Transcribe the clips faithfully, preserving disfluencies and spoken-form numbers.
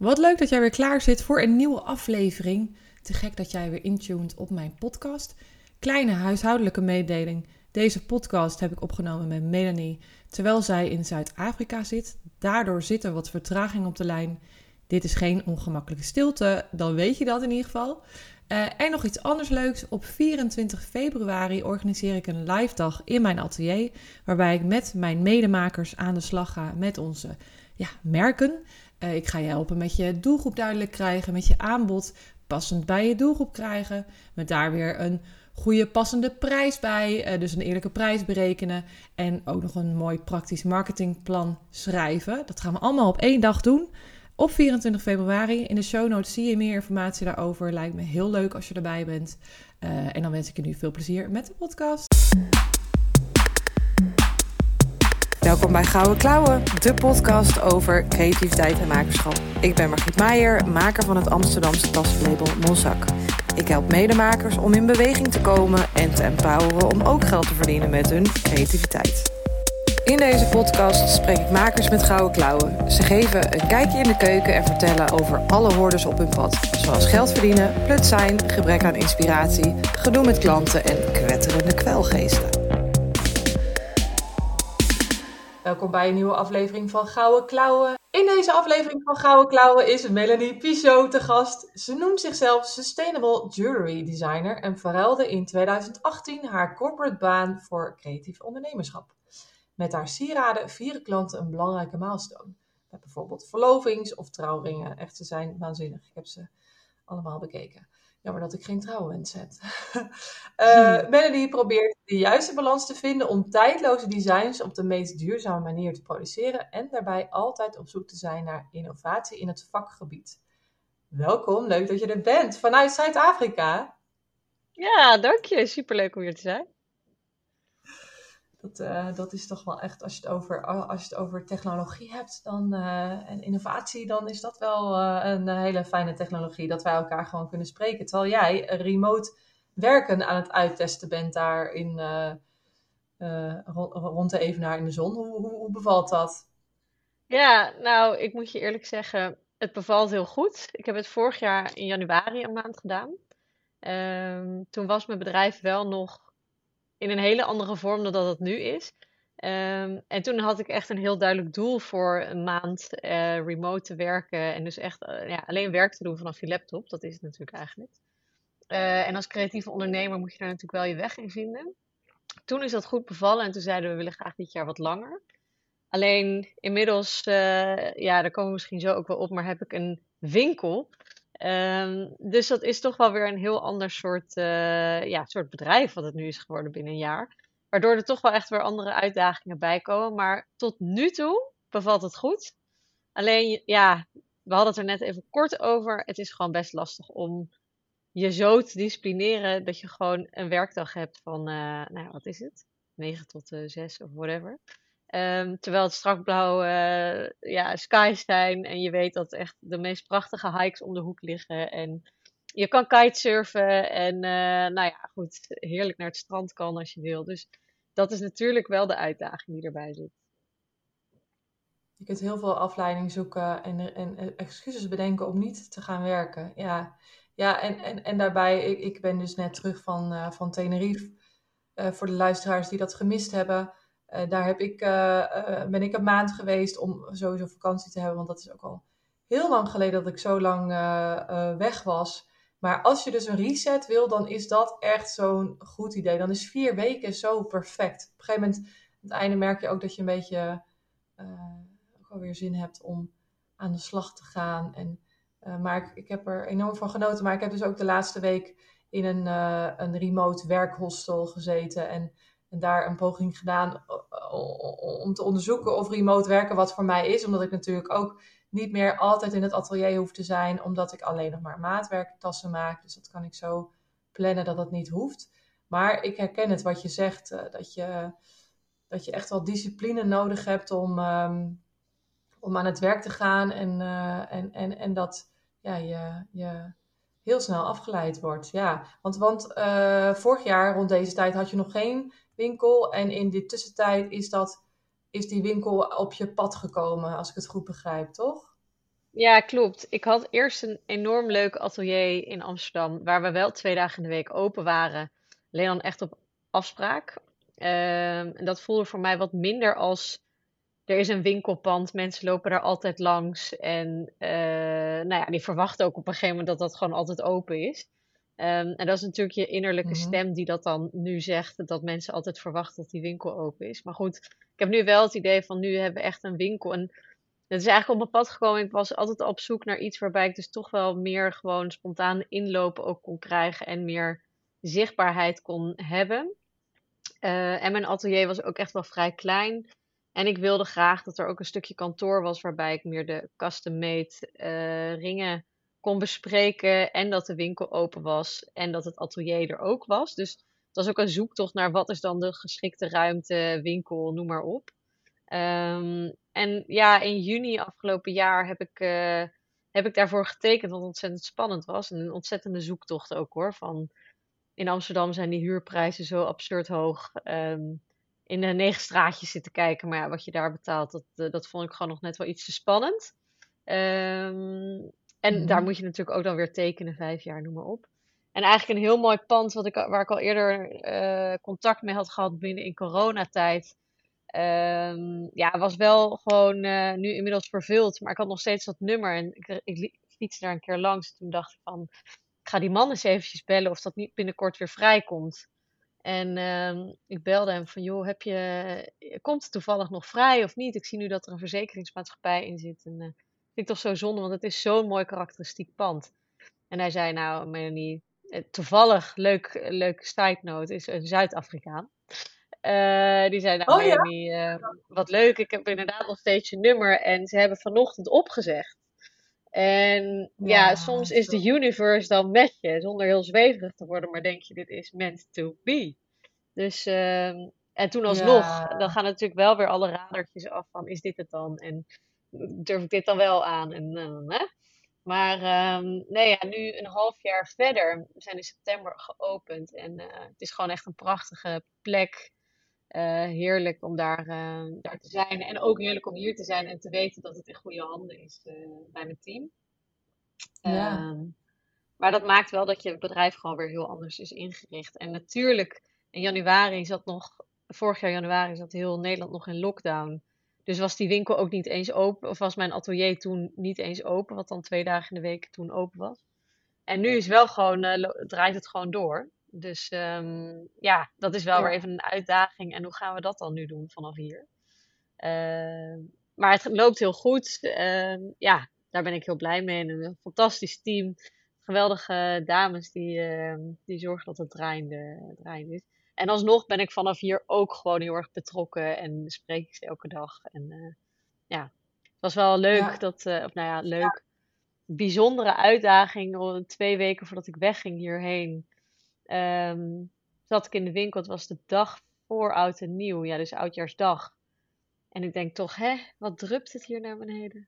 Wat leuk dat jij weer klaar zit voor een nieuwe aflevering. Te gek dat jij weer intuned op mijn podcast. Kleine huishoudelijke mededeling. Deze podcast heb ik opgenomen met Melanie terwijl zij in Zuid-Afrika zit. Daardoor zit er wat vertraging op de lijn. Dit is geen ongemakkelijke stilte, dan weet je dat in ieder geval. Uh, en nog iets anders leuks. Op vierentwintig februari organiseer ik een live dag in mijn atelier, waarbij ik met mijn medemakers aan de slag ga met onze ja, merken. Uh, ik ga je helpen met je doelgroep duidelijk krijgen, met je aanbod passend bij je doelgroep krijgen, met daar weer een goede passende prijs bij, uh, dus een eerlijke prijs berekenen en ook nog een mooi praktisch marketingplan schrijven. Dat gaan we allemaal op één dag doen. Op vierentwintig februari. In de show notes zie je meer informatie daarover. Lijkt me heel leuk als je erbij bent. Uh, en dan wens ik je nu veel plezier met de podcast. Welkom bij Gouden Klauwen, de podcast over creativiteit en makerschap. Ik ben Margriet Meijer, maker van het Amsterdamse taslabel Monzac. Ik help medemakers om in beweging te komen en te empoweren om ook geld te verdienen met hun creativiteit. In deze podcast spreek ik makers met gouden klauwen. Ze geven een kijkje in de keuken en vertellen over alle hordes op hun pad. Zoals geld verdienen, plut zijn, gebrek aan inspiratie, gedoe met klanten en kwetterende kwelgeesten. Welkom bij een nieuwe aflevering van Gouden Klauwen. In deze aflevering van Gouden Klauwen is Melanie Pichot te gast. Ze noemt zichzelf Sustainable Jewelry Designer en verruilde in tweeduizend achttien haar corporate baan voor creatief ondernemerschap. Met haar sieraden vieren klanten een belangrijke milestone. Met bijvoorbeeld verlovings- of trouwringen. Echt, ze zijn waanzinnig. Ik heb ze allemaal bekeken. Jammer dat ik geen trouwwens heb. uh, Melanie probeert de juiste balans te vinden om tijdloze designs op de meest duurzame manier te produceren en daarbij altijd op zoek te zijn naar innovatie in het vakgebied. Welkom, leuk dat je er bent vanuit Zuid-Afrika. Ja, dank je. Superleuk om hier te zijn. Dat, uh, dat is toch wel echt, als je het over, als je het over technologie hebt dan, uh, en innovatie, dan is dat wel uh, een hele fijne technologie. Dat wij elkaar gewoon kunnen spreken. Terwijl jij remote werken aan het uittesten bent daar in, uh, uh, rond, rond de Evenaar in de zon. Hoe, hoe, hoe bevalt dat? Ja, nou, ik moet je eerlijk zeggen, het bevalt heel goed. Ik heb het vorig jaar in januari een maand gedaan. Um, toen was mijn bedrijf wel nog in een hele andere vorm dan dat het nu is. Um, en toen had ik echt een heel duidelijk doel voor een maand uh, remote te werken. En dus echt uh, ja, alleen werk te doen vanaf je laptop. Dat is het natuurlijk eigenlijk. Uh, en als creatieve ondernemer moet je daar natuurlijk wel je weg in vinden. Toen is dat goed bevallen en toen zeiden we, we willen graag dit jaar wat langer. Alleen inmiddels, uh, ja, daar komen we misschien zo ook wel op, maar heb ik een winkel. Um, dus dat is toch wel weer een heel ander soort, uh, ja, soort bedrijf wat het nu is geworden binnen een jaar. Waardoor er toch wel echt weer andere uitdagingen bij komen. Maar tot nu toe bevalt het goed. Alleen, ja, we hadden het er net even kort over. Het is gewoon best lastig om je zo te disciplineren dat je gewoon een werkdag hebt van, uh, nou ja, wat is het? negen tot zes of whatever. Um, terwijl het strak blauw uh, ja, skies zijn en je weet dat echt de meest prachtige hikes om de hoek liggen. En je kan kitesurfen en uh, nou ja, goed, heerlijk naar het strand kan als je wil. Dus dat is natuurlijk wel de uitdaging die erbij zit. Je kunt heel veel afleiding zoeken en, en excuses bedenken om niet te gaan werken. Ja, ja en, en, en daarbij, ik, ik ben dus net terug van, uh, van Tenerife. Uh, voor de luisteraars die dat gemist hebben. Uh, daar heb ik, uh, uh, ben ik een maand geweest om sowieso vakantie te hebben. Want dat is ook al heel lang geleden dat ik zo lang uh, uh, weg was. Maar als je dus een reset wil, dan is dat echt zo'n goed idee. Dan is vier weken zo perfect. Op een gegeven moment, aan het einde merk je ook dat je een beetje uh, ook alweer zin hebt om aan de slag te gaan. En, uh, maar ik, ik heb er enorm van genoten. Maar ik heb dus ook de laatste week in een, uh, een remote werkhostel gezeten en, en daar een poging gedaan om te onderzoeken of remote werken wat voor mij is. Omdat ik natuurlijk ook niet meer altijd in het atelier hoef te zijn, omdat ik alleen nog maar maatwerktassen maak. Dus dat kan ik zo plannen dat dat niet hoeft. Maar ik herken het wat je zegt, uh, dat, je, dat je echt wel discipline nodig hebt om, um, om aan het werk te gaan en, uh, en, en, en dat ja, je... je heel snel afgeleid wordt, ja. Want, want uh, vorig jaar rond deze tijd had je nog geen winkel. En in de tussentijd is, dat, is die winkel op je pad gekomen, als ik het goed begrijp, toch? Ja, klopt. Ik had eerst een enorm leuk atelier in Amsterdam, waar we wel twee dagen in de week open waren. Alleen dan echt op afspraak. Ehm, en dat voelde voor mij wat minder als er is een winkelpand, mensen lopen daar altijd langs. En eh, nou ja, die verwachten ook op een gegeven moment dat dat gewoon altijd open is. Ehm, en dat is natuurlijk je innerlijke Mhm. stem die dat dan nu zegt, dat mensen altijd verwachten dat die winkel open is. Maar goed, ik heb nu wel het idee van nu hebben we echt een winkel. En het is eigenlijk op mijn pad gekomen. Ik was altijd op zoek naar iets waarbij ik dus toch wel meer gewoon spontaan inlopen ook kon krijgen en meer zichtbaarheid kon hebben. Eh, en mijn atelier was ook echt wel vrij klein. En ik wilde graag dat er ook een stukje kantoor was waarbij ik meer de custom-made eh, ringen kon bespreken. En dat de winkel open was en dat het atelier er ook was. Dus het was ook een zoektocht naar wat is dan de geschikte ruimte, winkel, noem maar op. Ehm, en ja, in juni afgelopen jaar heb ik, eh, heb ik daarvoor getekend, wat ontzettend spannend was. En een ontzettende zoektocht ook hoor. Van in Amsterdam zijn die huurprijzen zo absurd hoog. Ehm, in de negen straatjes zitten kijken, maar ja, wat je daar betaalt, dat, eh, dat vond ik gewoon nog net wel iets te spannend. Ehm, en daar Mhm. moet je natuurlijk ook dan weer tekenen, vijf jaar, noem maar op. En eigenlijk een heel mooi pand wat ik, al- waar ik al eerder eh, contact mee had gehad binnen in coronatijd. Ehm, ja, was wel gewoon eh, nu inmiddels vervuld, maar ik had nog steeds dat nummer en ik, ik li- fietste daar een keer langs. Toen dacht ik van, ik ga die man eens eventjes bellen of dat niet binnenkort weer vrijkomt. En ehm, ik belde hem van, joh, heb je, komt het toevallig nog vrij of niet? Ik zie nu dat er een verzekeringsmaatschappij in zit. En eh vind ik toch zo zonde, want het is zo'n mooi karakteristiek pand. En hij zei, nou, Melanie, eh, toevallig, leuk, leuk side note, is een Zuid-Afrikaan. Eh, die zei, nou Oh ja? Melanie, eh, wat leuk, ik heb inderdaad nog steeds je nummer. En ze hebben vanochtend opgezegd. En ja, soms Ja, is zo. de universe dan met je, zonder heel zweverig te worden, maar denk je, dit is meant to be. Dus, ehm, en toen alsnog, Ja, dan gaan natuurlijk wel weer alle radertjes af van, is dit het dan? En durf ik dit dan wel aan? En, eh, hè? Maar ehm, nee, ja, nu een half jaar verder, we zijn in september geopend en eh, het is gewoon echt een prachtige plek. Eh, heerlijk om daar, eh, daar te zijn en ook heerlijk om hier te zijn en te weten dat het in goede handen is eh, bij mijn team. ja, Ehm, maar dat maakt wel dat je bedrijf gewoon weer heel anders is ingericht. En natuurlijk, in januari zat nog, vorig jaar januari zat heel Nederland nog in lockdown. Dus was die winkel ook niet eens open, of was mijn atelier toen niet eens open, wat dan twee dagen in de week toen open was. En nu is wel gewoon, eh, lo- draait het gewoon door. Dus ehm, ja, dat is wel weer ja, even een uitdaging. En hoe gaan we dat dan nu doen vanaf hier? Ehm, maar het loopt heel goed. Ehm, ja, daar ben ik heel blij mee. En een fantastisch team. Geweldige dames die, ehm, die zorgen dat het draaiende, draaiende is. En alsnog ben ik vanaf hier ook gewoon heel erg betrokken en spreek ik ze elke dag. En eh, ja, het was wel leuk ja. dat, eh, of nou ja, leuk. Bijzondere uitdaging. Al twee weken voordat ik wegging hierheen, ehm, zat ik in de winkel. Het was de dag voor Oud en Nieuw. Ja, dus Oudjaarsdag. En ik denk toch, hè, wat drupt het hier naar beneden?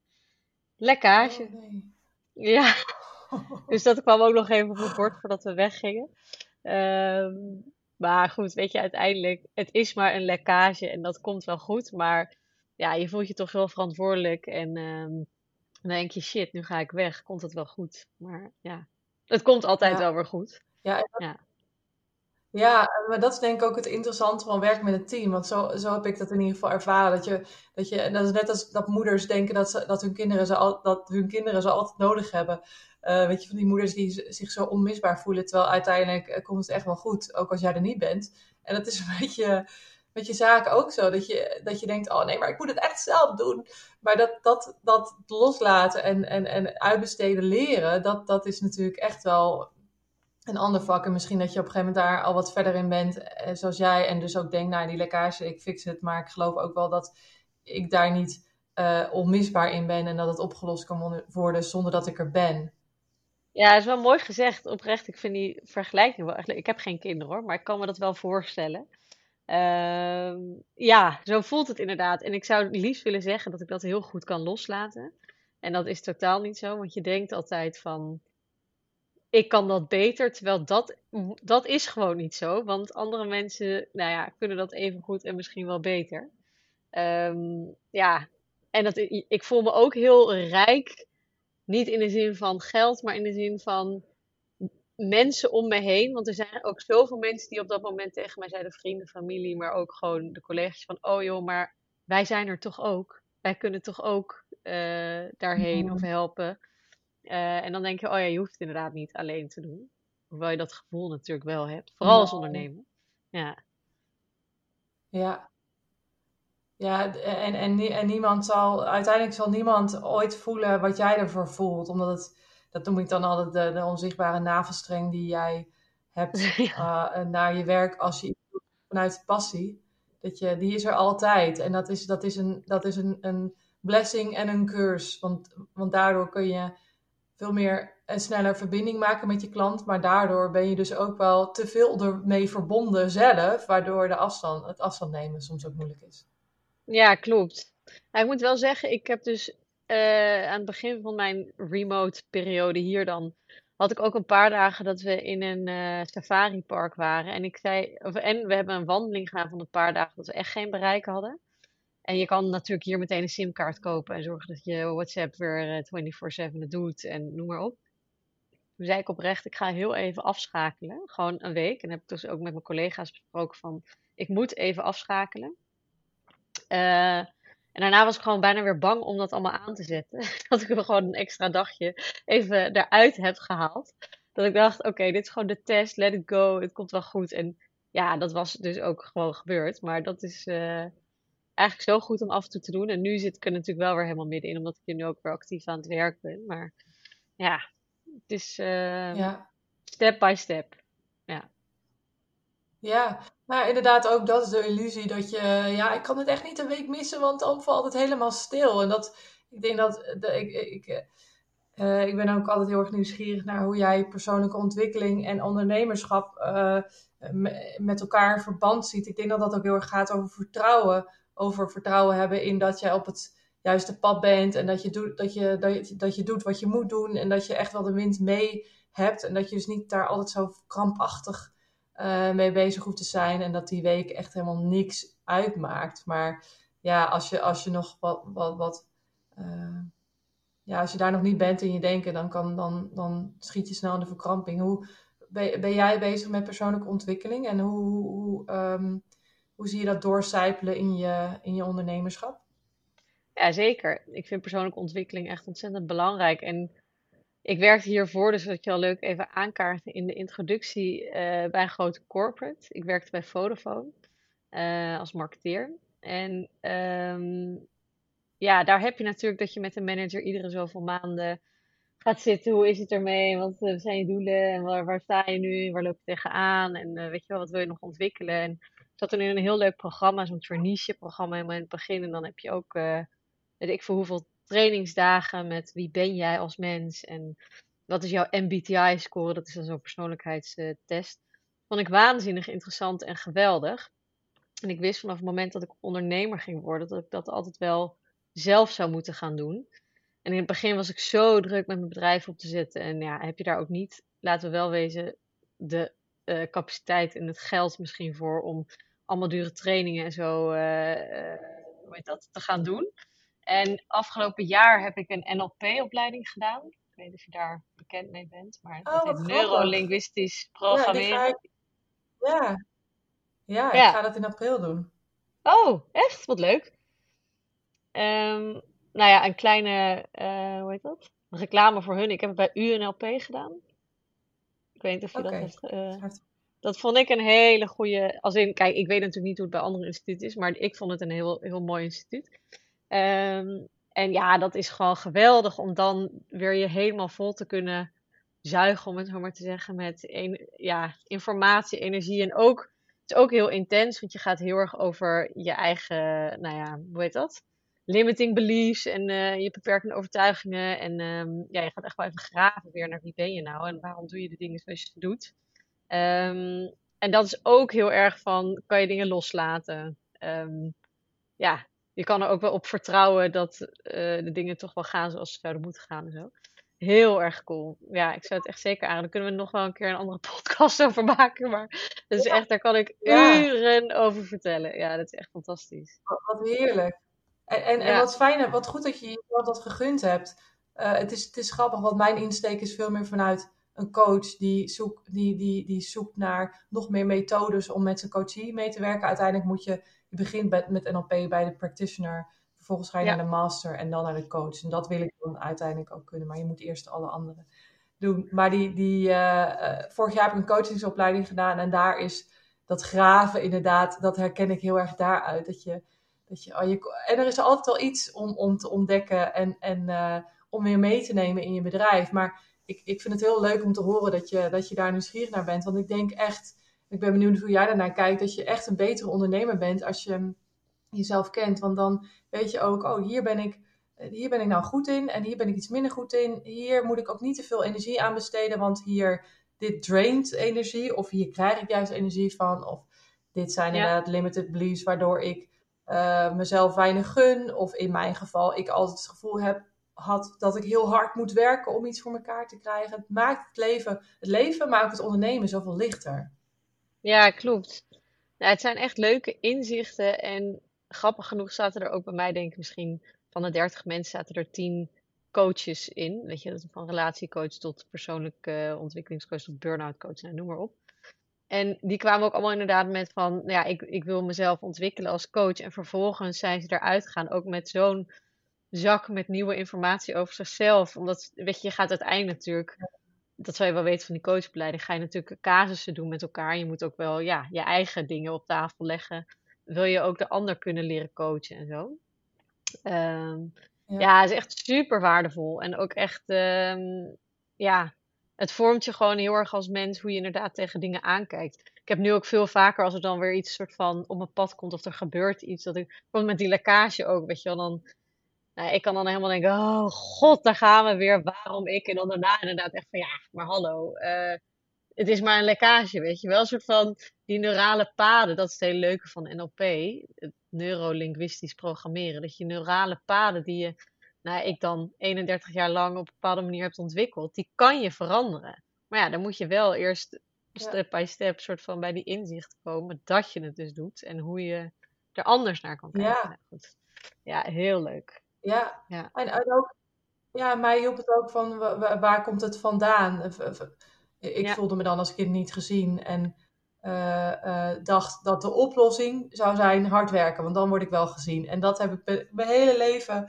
Oh Lekkage. nee. Ja, dus dat kwam ook nog even op het bord voordat we weggingen. Ehm, maar goed, weet je, uiteindelijk, het is maar een lekkage en dat komt wel goed. Maar ja, je voelt je toch wel verantwoordelijk. En ehm, dan denk je, shit, nu ga ik weg. Komt het wel goed? Maar ja, het komt altijd Ja, wel weer goed. ja, Ja, ja, maar dat is denk ik ook het interessante van werken met een team. Want zo, zo heb ik dat in ieder geval ervaren. Dat je, dat je, en dat is net als dat moeders denken dat, ze, dat, hun, kinderen ze al, dat hun kinderen ze altijd nodig hebben. Eh, weet je, van die moeders die z- zich zo onmisbaar voelen. Terwijl uiteindelijk eh, komt het echt wel goed. Ook als jij er niet bent. En dat is een beetje met je zaken ook zo. Dat je, dat je denkt, oh nee, maar ik moet het echt zelf doen. Maar dat, dat, dat loslaten en, en, en uitbesteden leren. Dat, dat is natuurlijk echt wel een ander vak. En misschien dat je op een gegeven moment daar al wat verder in bent, eh, zoals jij. En dus ook denkt, nou, die lekkage, ik fix het. Maar ik geloof ook wel dat ik daar niet eh, onmisbaar in ben. En dat het opgelost kan worden zonder dat ik er ben. ja, is wel mooi gezegd. Oprecht, ik vind die vergelijking wel echt leuk. Ik heb geen kinderen hoor, maar ik kan me dat wel voorstellen. Ehm, ja, zo voelt het inderdaad. En ik zou het liefst willen zeggen dat ik dat heel goed kan loslaten. En dat is totaal niet zo, want je denkt altijd van, ik kan dat beter, terwijl dat, dat is gewoon niet zo. Want andere mensen, nou ja, kunnen dat even goed en misschien wel beter. Ehm, ja, en dat, ik voel me ook heel rijk. Niet in de zin van geld, maar in de zin van mensen om me heen. Want er zijn ook zoveel mensen die op dat moment tegen mij zeiden, vrienden, familie, maar ook gewoon de collega's van, oh joh, maar wij zijn er toch ook. Wij kunnen toch ook eh, daarheen of Mm, helpen. Eh, en dan denk je, oh ja, je hoeft het inderdaad niet alleen te doen. Hoewel je dat gevoel natuurlijk wel hebt. Vooral als nee, ondernemer. Ja, ja. Ja, d- en, en, nie- en niemand zal, uiteindelijk zal niemand ooit voelen wat jij ervoor voelt. Omdat het, dat noem ik dan altijd de, de onzichtbare navelstreng die jij hebt ja, uh, naar je werk als je iets doet vanuit passie. Dat je, die is er altijd. En dat is, dat is, een, dat is een, een blessing en een curse. Want, want daardoor kun je veel meer en sneller verbinding maken met je klant. Maar daardoor ben je dus ook wel te veel ermee verbonden zelf. Waardoor de afstand, het afstand nemen soms ook moeilijk is. ja, klopt. Nou, ik moet wel zeggen, ik heb dus eh, aan het begin van mijn remote periode hier dan, had ik ook een paar dagen dat we in een eh safaripark waren. En ik zei, of, en we hebben een wandeling gedaan van een paar dagen dat we echt geen bereik hadden. En je kan natuurlijk hier meteen een simkaart kopen en zorgen dat je WhatsApp weer eh, vierentwintig zeven het doet en noem maar op. Toen zei ik oprecht, ik ga heel even afschakelen. Gewoon een week. En heb ik dus ook met mijn collega's besproken van, ik moet even afschakelen. Eh, en daarna was ik gewoon bijna weer bang om dat allemaal aan te zetten. Dat ik er gewoon een extra dagje even eruit heb gehaald. Dat ik dacht, oké, dit is gewoon de test, let it go, het komt wel goed. En ja, dat was dus ook gewoon gebeurd. Maar dat is eh, eigenlijk zo goed om af en toe te doen. En nu zit ik er natuurlijk wel weer helemaal middenin, omdat ik hier nu ook weer actief aan het werk ben. Maar ja, het is eh, Ja. step by step. Ja. Ja, nou inderdaad, ook dat is de illusie dat je, ja, ik kan het echt niet een week missen, want dan valt het helemaal stil. En dat, ik denk dat, de, ik, ik, eh, ik ben ook altijd heel erg nieuwsgierig naar hoe jij persoonlijke ontwikkeling en ondernemerschap eh, me- met elkaar in verband ziet. Ik denk dat dat ook heel erg gaat over vertrouwen, over vertrouwen hebben in dat jij op het juiste pad bent en dat je, doet, dat je, dat je, dat je doet wat je moet doen en dat je echt wel de wind mee hebt en dat je dus niet daar altijd zo krampachtig eh, mee bezig hoeft te zijn. En dat die week echt helemaal niks uitmaakt. Maar ja, als je, als je nog wat, wat, wat eh, ja, als je daar nog niet bent in je denken, dan, kan, dan, dan schiet je snel in de verkramping. Hoe ben, ben jij bezig met persoonlijke ontwikkeling en hoe, hoe, ehm, hoe zie je dat doorcijpelen in je, in je ondernemerschap? Ja, zeker. Ik vind persoonlijke ontwikkeling echt ontzettend belangrijk. En ik werkte hiervoor, dus dat je al leuk even aankaarten in de introductie, eh, bij een grote corporate. Ik werkte bij Vodafone eh, als marketeer. En ehm, ja, daar heb je natuurlijk dat je met een manager iedere zoveel maanden gaat zitten. Hoe is het ermee? Wat eh, zijn je doelen? En waar, waar sta je nu? Waar loop je tegenaan? En eh, weet je wel, wat wil je nog ontwikkelen? En ik zat toen in een heel leuk programma, zo'n traineeship-programma helemaal in het begin. En dan heb je ook, eh, weet ik veel hoeveel trainingsdagen met wie ben jij als mens en wat is jouw M B T I-score? Dat is dan zo'n persoonlijkheidstest. Vond ik waanzinnig interessant en geweldig. En ik wist vanaf het moment dat ik ondernemer ging worden, dat ik dat altijd wel zelf zou moeten gaan doen. En in het begin was ik zo druk met mijn bedrijf op te zetten. En ja, heb je daar ook niet, laten we wel wezen, de eh, capaciteit en het geld misschien voor om allemaal dure trainingen en zo, eh, eh, hoe heet dat, te gaan doen. En afgelopen jaar heb ik een N L P-opleiding gedaan. Ik weet niet of je daar bekend mee bent, maar dat Oh, heet wat grappig. neurolinguistisch Ja, die ga programmeren. ik. Ja, ja, ik Ja. ga dat in april doen. Oh, echt? Wat leuk. Ehm, nou ja, een kleine, eh, hoe heet dat? Reclame voor hun. Ik heb het bij U N L P gedaan. Ik weet niet of je dat Oké. hebt. eh, Hart- dat vond ik een hele goede. Als in, kijk, ik weet natuurlijk niet hoe het bij andere instituten is, maar ik vond het een heel, heel mooi instituut. Ehm, en ja, dat is gewoon geweldig om dan weer je helemaal vol te kunnen zuigen, om het zo maar te zeggen, met een, ja, informatie, energie. En ook, het is ook heel intens, want je gaat heel erg over je eigen, nou ja, hoe heet dat? Limiting beliefs en eh, je beperkende overtuigingen. En ehm, ja, je gaat echt wel even graven weer naar wie ben je nou en waarom doe je de dingen zoals je ze doet. Ehm, en dat is ook heel erg van, kan je dingen loslaten? Ehm, ja, je kan er ook wel op vertrouwen dat eh, de dingen toch wel gaan zoals ze zouden moeten gaan en zo. Heel erg cool. Ja, ik zou het echt zeker aan. Daar kunnen we nog wel een keer een andere podcast over maken. Maar dat is echt, daar kan ik Ja, uren over vertellen. Ja, dat is echt fantastisch. wat wat heerlijk. En, en, en Ja, wat fijn, wat goed dat je jezelf dat gegund hebt. Uh, het, is, het is grappig, want mijn insteek is veel meer vanuit een coach die, zoek, die, die, die zoekt naar nog meer methodes om met zijn coachie mee te werken. Uiteindelijk moet je, je begint met, met N L P bij de practitioner, vervolgens ga je ja, naar de master en dan naar de coach. En dat wil ik dan uiteindelijk ook kunnen, maar je moet eerst alle andere doen. Maar die, die, uh, uh, vorig jaar heb ik een coachingsopleiding gedaan en daar is dat graven inderdaad, dat herken ik heel erg daaruit. Dat je, dat je, oh, je en er is altijd wel iets om, om te ontdekken en, en uh, om weer mee te nemen in je bedrijf. Maar ik, ik vind het heel leuk om te horen dat je, dat je daar nieuwsgierig naar bent. Want ik denk echt, ik ben benieuwd hoe jij daarnaar kijkt, dat je echt een betere ondernemer bent als je jezelf kent. Want dan weet je ook, oh, hier ben ik, hier ben ik nou goed in en hier ben ik iets minder goed in. Hier moet ik ook niet te veel energie aan besteden, want hier, dit draint energie. Of hier krijg ik juist energie van. Of dit zijn ja. inderdaad limited beliefs, waardoor ik uh, mezelf weinig gun. Of in mijn geval, ik altijd het gevoel heb, had dat ik heel hard moet werken om iets voor elkaar te krijgen. Het maakt het leven, het leven maakt het ondernemen zoveel lichter. Ja, klopt. Ja, het zijn echt leuke inzichten en grappig genoeg zaten er ook bij mij, denk ik, misschien van de dertig mensen zaten er tien coaches in. Weet je, dat is van relatiecoach tot persoonlijke uh, ontwikkelingscoach tot burn-out coach, nou, noem maar op. En die kwamen ook allemaal inderdaad met van, nou ja, ik, ik wil mezelf ontwikkelen als coach. En vervolgens zijn ze eruit gegaan, ook met zo'n zak met nieuwe informatie over zichzelf. Omdat, weet je, je gaat uiteindelijk natuurlijk, dat zou je wel weten van die coachopleiding, ga je natuurlijk casussen doen met elkaar. Je moet ook wel, ja, je eigen dingen op tafel leggen. Wil je ook de ander kunnen leren coachen en zo. Um, Ja. ja, het is echt super waardevol. En ook echt, um, ja, het vormt je gewoon heel erg als mens hoe je inderdaad tegen dingen aankijkt. Ik heb nu ook veel vaker als er dan weer iets soort van op mijn pad komt of er gebeurt iets. Dat ik, bijvoorbeeld met die lekkage ook, weet je wel, dan nou, ik kan dan helemaal denken, oh god, daar gaan we weer, waarom ik? En dan daarna inderdaad echt van, ja, maar hallo, uh, het is maar een lekkage, weet je wel. Een soort van die neurale paden, dat is het hele leuke van N L P, het neurolinguistisch programmeren. Dat je neurale paden die je, nou ik dan eenendertig jaar lang op een bepaalde manier hebt ontwikkeld, die kan je veranderen. Maar ja, dan moet je wel eerst step by step soort van bij die inzicht komen dat je het dus doet en hoe je er anders naar kan kijken. Ja. Nou, goed. Ja, heel leuk. Ja, Ja. en, en ook, ja, mij hielp het ook van wa- wa- waar komt het vandaan? V- v- Ik Ja. voelde me dan als kind niet gezien en uh, uh, dacht dat de oplossing zou zijn hard werken, want dan word ik wel gezien. En dat heb ik be- mijn hele leven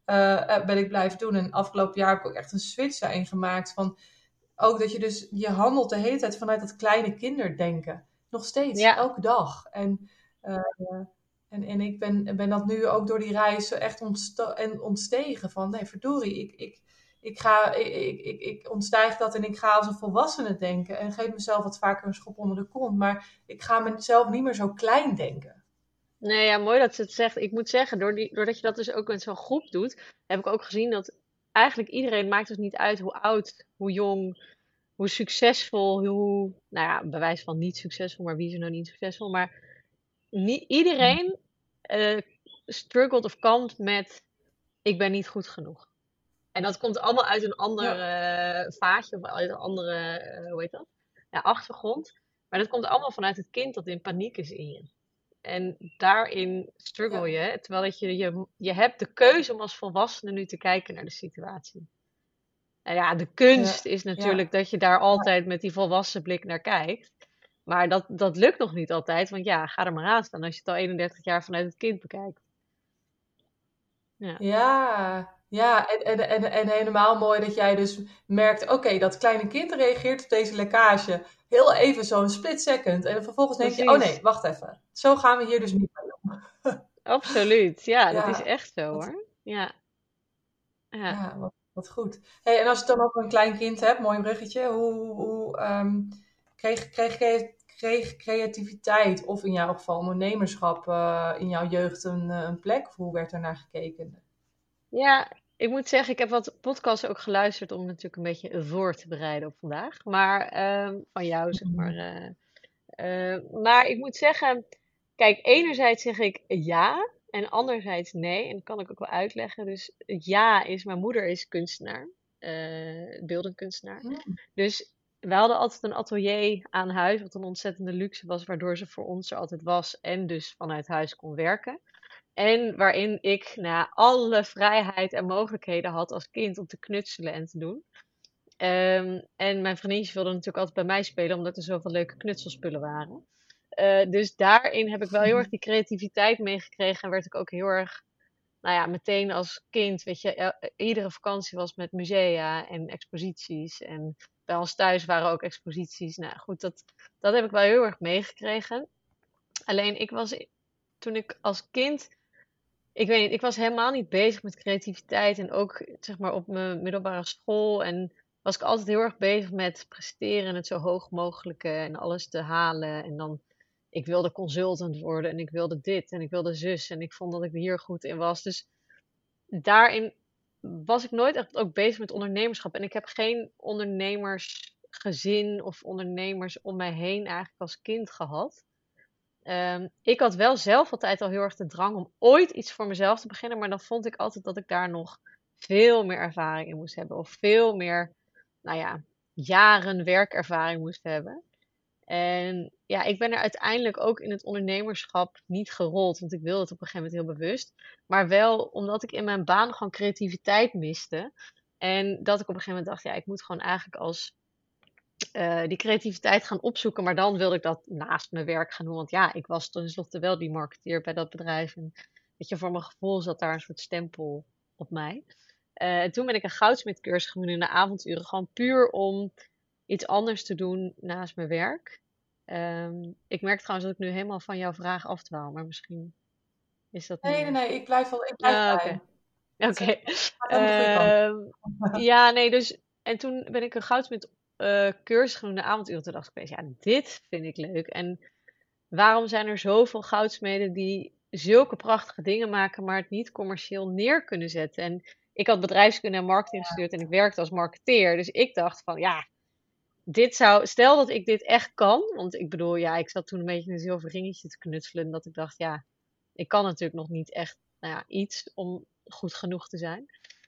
uh, ben ik blijven doen. En afgelopen jaar heb ik ook echt een switch daarin gemaakt van ook dat je dus, je handelt de hele tijd vanuit dat kleine kinderdenken. Nog steeds, Ja. elke dag. En uh, En, en ik ben, ben dat nu ook door die reis echt ontsta- en ontstegen van, nee, verdorie, ik, ik, ik, ga, ik, ik, ik ontstijg dat en ik ga als een volwassene denken en geef mezelf wat vaker een schop onder de kont. Maar ik ga mezelf niet meer zo klein denken. Nee, ja, mooi dat ze het zegt. Ik moet zeggen, door die, doordat je dat dus ook met zo'n groep doet, heb ik ook gezien dat eigenlijk iedereen maakt dus niet uit hoe oud, hoe jong, hoe succesvol, hoe, nou ja, bewijs van niet succesvol, maar wie is er nou niet succesvol? Maar niet, iedereen uh, struggelt of kampt met, ik ben niet goed genoeg. En dat komt allemaal uit een ander Ja. uh, vaatje of uit een andere, uh, hoe heet dat? Ja, achtergrond. Maar dat komt allemaal vanuit het kind dat in paniek is in je. En daarin struggle Ja. je, terwijl dat je, je, je hebt de keuze om als volwassene nu te kijken naar de situatie. En ja, de kunst Ja. is natuurlijk Ja. dat je daar altijd met die volwassen blik naar kijkt. Maar dat, dat lukt nog niet altijd, want ja, ga er maar aan staan als je het al eenendertig jaar vanuit het kind bekijkt. Ja, Ja, ja. En, en, en, en helemaal mooi dat jij dus merkt, oké, okay, dat kleine kind reageert op deze lekkage. Heel even zo'n split second. En vervolgens denk je, oh nee, precies. wacht even. Zo gaan we hier dus niet mee om. Absoluut. Ja, dat is Ja, echt zo wat, hoor. Ja, ja. ja, wat, wat goed. Hey, en als je het dan over een klein kind hebt, mooi bruggetje. Hoe, hoe um, kreeg, kreeg, kreeg creativiteit of in jouw geval ondernemerschap uh, in jouw jeugd een, een plek? Of hoe werd er naar gekeken? Ja, ik moet zeggen, ik heb wat podcasts ook geluisterd om natuurlijk een beetje voor te bereiden op vandaag. Maar ehm, van jou, zeg maar. eh, eh, maar ik moet zeggen, kijk, enerzijds zeg ik ja en anderzijds nee. En dat kan ik ook wel uitleggen. Dus het ja is, mijn moeder is kunstenaar, eh beeldend kunstenaar. Hmm. Dus we hadden altijd een atelier aan huis, wat een ontzettende luxe was, waardoor ze voor ons er altijd was en dus vanuit huis kon werken. En waarin ik nou, alle vrijheid en mogelijkheden had als kind om te knutselen en te doen. Ehm, en mijn vriendjes wilden natuurlijk altijd bij mij spelen, omdat er zoveel leuke knutselspullen waren. Eh, dus daarin heb ik wel heel erg die creativiteit meegekregen. En werd ik ook heel erg, nou ja, meteen als kind, weet je, el- iedere vakantie was met musea en exposities. En bij ons thuis waren ook exposities. Nou goed, dat, dat heb ik wel heel erg meegekregen. Alleen ik was, toen ik als kind, ik weet niet, ik was helemaal niet bezig met creativiteit. En ook, zeg maar, op mijn middelbare school. En was ik altijd heel erg bezig met presteren en het zo hoog mogelijke en alles te halen. En dan, ik wilde consultant worden en ik wilde dit en ik wilde zus. En ik vond dat ik hier goed in was. Dus daarin was ik nooit echt ook bezig met ondernemerschap. En ik heb geen ondernemersgezin of ondernemers om mij heen eigenlijk als kind gehad. Ehm, ik had wel zelf altijd al heel erg de drang om ooit iets voor mezelf te beginnen, maar dan vond ik altijd dat ik daar nog veel meer ervaring in moest hebben, of veel meer, nou ja, jaren werkervaring moest hebben. En ja, ik ben er uiteindelijk ook in het ondernemerschap niet gerold, want ik wilde het op een gegeven moment heel bewust. Maar wel omdat ik in mijn baan gewoon creativiteit miste. En dat ik op een gegeven moment dacht, ja, ik moet gewoon eigenlijk als eh, die creativiteit gaan opzoeken. Maar dan wilde ik dat naast mijn werk gaan doen. Want ja, ik was tenslotte wel die marketeer bij dat bedrijf. En weet je, voor mijn gevoel zat daar een soort stempel op mij. Eh, en toen ben ik een goudsmidcursus gaan doen in de avonduren. Gewoon puur om iets anders te doen naast mijn werk. Ehm, ik merk trouwens dat ik nu helemaal van jouw vraag afdwaal. Maar misschien is dat Nee, nee, meer. nee, ik blijf, wel, ik blijf Ah, oké. bij. Het, Oké. eh, gaat helemaal de goede kant. Ehm, ja, nee, dus. En toen ben ik een goudsmid eh cursus gaan doen, de avonduren. Toen dacht ik opeens, ja, dit vind ik leuk. En waarom zijn er zoveel goudsmeden die zulke prachtige dingen maken, maar het niet commercieel neer kunnen zetten? En ik had bedrijfskunde en marketing gestudeerd en ik werkte als marketeer. Dus ik dacht van, ja, dit zou, stel dat ik dit echt kan. Want ik bedoel, ja, ik zat toen een beetje in een zilver ringetje te knutselen. Dat ik dacht, ja, ik kan natuurlijk nog niet echt, nou ja, iets om goed genoeg te zijn.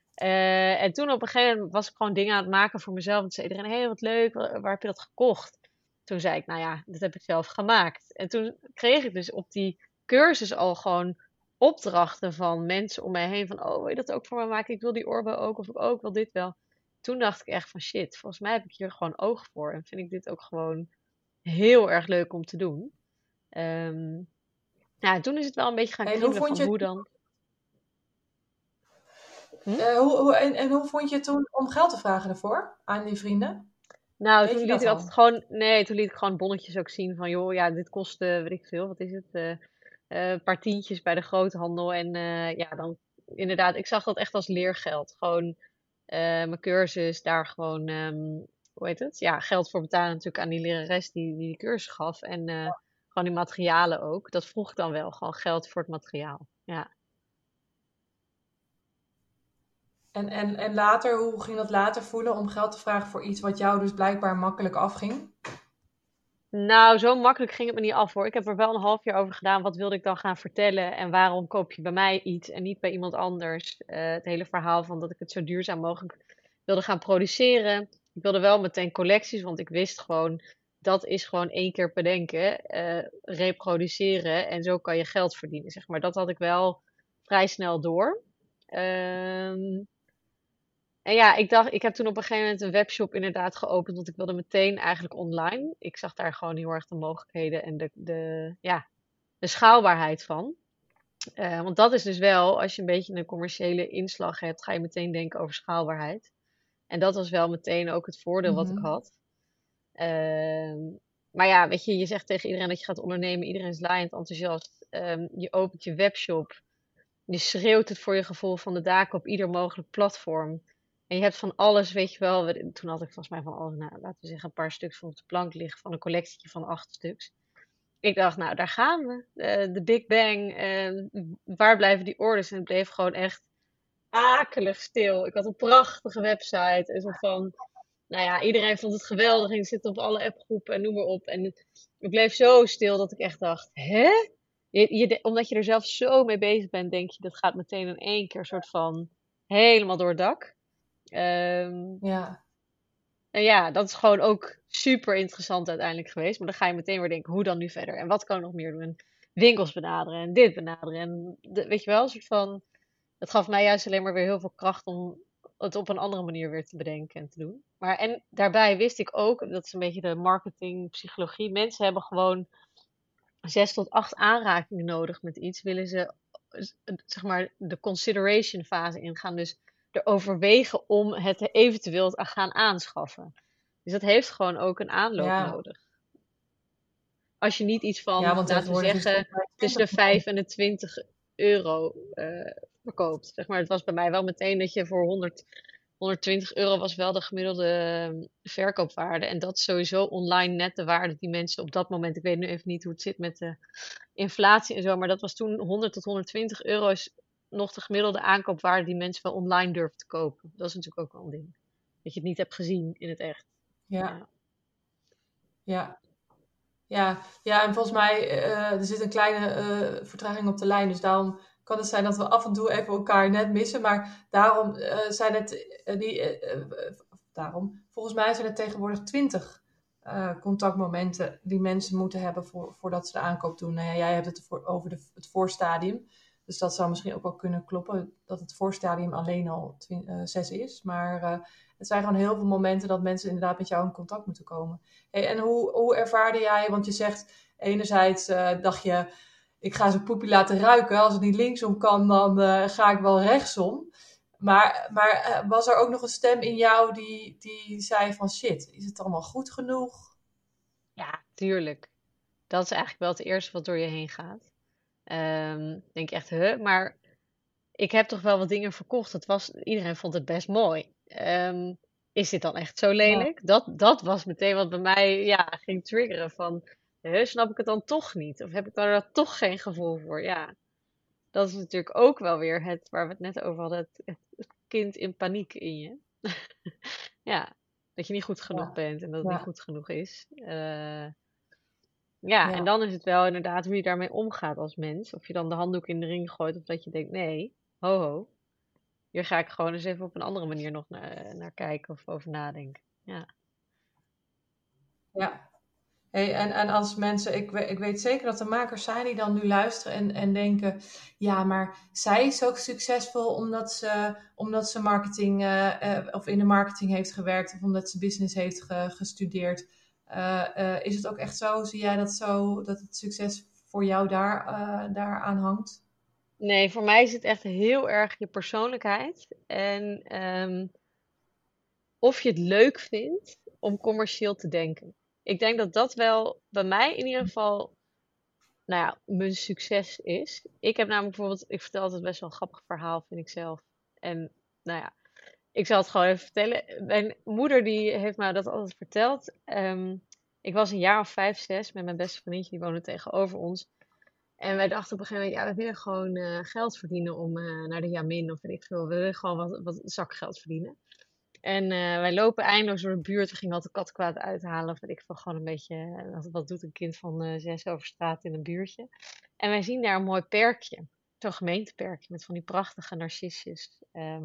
Eh, en toen op een gegeven moment was ik gewoon dingen aan het maken voor mezelf. En toen zei iedereen, hé, hey, wat leuk, waar, waar heb je dat gekocht? Toen zei ik, nou ja, dat heb ik zelf gemaakt. En toen kreeg ik dus op die cursus al gewoon opdrachten van mensen om mij heen. Van, oh, wil je dat ook voor me maken? Ik wil die oorbel ook, of ik ook wil dit wel. Toen dacht ik echt van, shit, volgens mij heb ik hier gewoon oog voor. En vind ik dit ook gewoon heel erg leuk om te doen. Ehm ja, toen is het wel een beetje gaan En hoe kriebelen vond van je hoe het, dan. Hm? eh, hoe, hoe, en, en hoe vond je het toen om geld te vragen ervoor aan die vrienden? Nou, Weet toen je liet dat ik altijd al? gewoon, nee, toen liet ik gewoon bonnetjes ook zien van, joh, ja, dit kost, eh, weet ik veel, wat is het, eh, eh, een paar tientjes bij de groothandel. En eh, ja, dan inderdaad, ik zag dat echt als leergeld. Gewoon eh, mijn cursus, daar gewoon, ehm, hoe heet het? Ja, geld voor betalen natuurlijk aan die lerares die die, die cursus gaf. En eh, gewoon die materialen ook. Dat vroeg ik dan wel, gewoon geld voor het materiaal. Ja. En, en, en later, hoe ging dat later voelen om geld te vragen voor iets wat jou dus blijkbaar makkelijk afging? Nou, zo makkelijk ging het me niet af hoor. Ik heb er wel een half jaar over gedaan. Wat wilde ik dan gaan vertellen en waarom koop je bij mij iets en niet bij iemand anders? Eh, het hele verhaal van dat ik het zo duurzaam mogelijk wilde gaan produceren. Ik wilde wel meteen collecties, want ik wist gewoon dat is gewoon één keer bedenken, eh, reproduceren en zo kan je geld verdienen, zeg maar. Dat had ik wel vrij snel door. Ehm en ja, ik dacht, ik heb toen op een gegeven moment een webshop inderdaad geopend, want ik wilde meteen eigenlijk online. Ik zag daar gewoon heel erg de mogelijkheden en de, de, ja, de schaalbaarheid van. Eh, want dat is dus wel, als je een beetje een commerciële inslag hebt, ga je meteen denken over schaalbaarheid. En dat was wel meteen ook het voordeel wat ik Mhm. had. Ehm, maar ja, weet je, je zegt tegen iedereen dat je gaat ondernemen, iedereen is laaiend enthousiast. Ehm, je opent je webshop, je schreeuwt het voor je gevoel van de daken op ieder mogelijk platform. En je hebt van alles, weet je wel. Toen had ik volgens mij van alles, nou, laten we zeggen, een paar stuks op de plank liggen van een collectietje van acht stuks. Ik dacht, nou, daar gaan we. Eh, de Big Bang. eh, waar blijven die orders? En het bleef gewoon echt akelig stil. Ik had een prachtige website. En zo van, nou ja, iedereen vond het geweldig. En ik zit op alle appgroepen en noem maar op. En het, het bleef zo stil dat ik echt dacht, hè? Je, je, omdat je er zelf zo mee bezig bent, denk je, dat gaat meteen in één keer soort van helemaal door het dak. Ehm, Ja. en ja, dat is gewoon ook super interessant uiteindelijk geweest. Maar dan ga je meteen weer denken, hoe dan nu verder? En wat kan ik nog meer doen? winkels benaderen en dit benaderen. En de- weet je wel, een soort van, het gaf mij juist alleen maar weer heel veel kracht om het op een andere manier weer te bedenken en te doen. Maar en daarbij wist ik ook, dat is een beetje de marketing, psychologie, mensen hebben gewoon zes tot acht aanrakingen nodig met iets, willen ze zeg maar de consideration fase ingaan. Dus er overwegen om het eventueel te gaan aanschaffen. Dus dat heeft gewoon ook een aanloop Ja, nodig. Als je niet iets ja, van, want laten we tegenwoordig is het zeggen, ook bij tussen twintig de vijf en de twintig euro eh, verkoopt. Zeg maar, het was bij mij wel meteen dat je voor honderd, honderdtwintig euro was wel de gemiddelde eh, verkoopwaarde. En dat is sowieso online net de waarde die mensen op dat moment, ik weet nu even niet hoe het zit met de inflatie en zo, maar dat was toen honderd tot honderdtwintig euro is nog de gemiddelde aankoopwaarde die mensen wel online durven te kopen. Dat is natuurlijk ook wel een ding. Dat je het niet hebt gezien in het echt. Ja, Ja, ja. Ja, ja, en volgens mij, eh, er zit een kleine eh, vertraging op de lijn. Dus daarom kan het zijn dat we af en toe even elkaar net missen. Maar daarom eh, zijn het eh, die, eh, eh, daarom, volgens mij zijn het tegenwoordig twintig eh, contactmomenten die mensen moeten hebben voor, voordat ze de aankoop doen. Nou ja, jij hebt het voor, over de, het voorstadium. Dus dat zou misschien ook wel kunnen kloppen, dat het voorstadium alleen al twin- eh, zes is. Maar eh, het zijn gewoon heel veel momenten dat mensen inderdaad met jou in contact moeten komen. Hey, en hoe, hoe ervaarde jij, want je zegt enerzijds uh, dacht je, ik ga zijn poepie laten ruiken. Als het niet linksom kan, dan uh, ga ik wel rechtsom. Maar, maar uh, was er ook nog een stem in jou die, die zei van shit, is het allemaal goed genoeg? ja, tuurlijk. Dat is eigenlijk wel het eerste wat door je heen gaat. Um, denk je echt, huh? Maar ik heb toch wel wat dingen verkocht. Het was, iedereen vond het best mooi. Um, is dit dan echt zo Ja, lelijk? Dat, dat was meteen wat bij mij ja, ging triggeren van, huh, snap ik het dan toch niet? Of heb ik daar toch geen gevoel voor? Ja, dat is natuurlijk ook wel weer het waar we het net over hadden, het, het, het kind in paniek in je. Ja, dat je niet goed genoeg ja, bent en dat het niet ja, goed genoeg is. Uh, ja, en ja. dan is het wel inderdaad hoe je daarmee omgaat als mens. Of je dan de handdoek in de ring gooit of dat je denkt, nee, ho ho, hier ga ik gewoon eens even op een andere manier nog naar, naar kijken of over nadenken. Ja. Ja. Hey, en, en als mensen, ik, we- ik weet zeker dat er makers zijn die dan nu luisteren en, en denken, ja, maar zij is ook succesvol omdat ze, omdat ze marketing eh, eh, of in de marketing heeft gewerkt of omdat ze business heeft ge- gestudeerd. Eh, eh, is het ook echt zo? Zie jij dat zo, dat het succes voor jou daar, eh daaraan hangt? Nee, voor mij is het echt heel erg je persoonlijkheid. En ehm, of je het leuk vindt om commercieel te denken. Ik denk dat dat wel bij mij in ieder geval, nou ja, mijn succes is. Ik heb namelijk bijvoorbeeld, ik vertel altijd best wel een grappig verhaal, vind ik zelf. En nou ja, ik zal het gewoon even vertellen. Mijn moeder die heeft mij dat altijd verteld. Ehm, ik was een jaar of vijf, zes met mijn beste vriendje, die woonde tegenover ons. En wij dachten op een gegeven moment, ja, we willen gewoon eh, geld verdienen om eh, naar de Jamin of weet ik veel. We willen gewoon wat, wat zakgeld verdienen. En eh, wij lopen eindeloos door de buurt. We gingen altijd kattenkwaad uithalen. Of weet ik veel, gewoon een beetje, eh, wat, wat doet een kind van eh, zes over straat in een buurtje. En wij zien daar een mooi perkje. Zo'n gemeenteperkje met van die prachtige narcisjes. Ehm,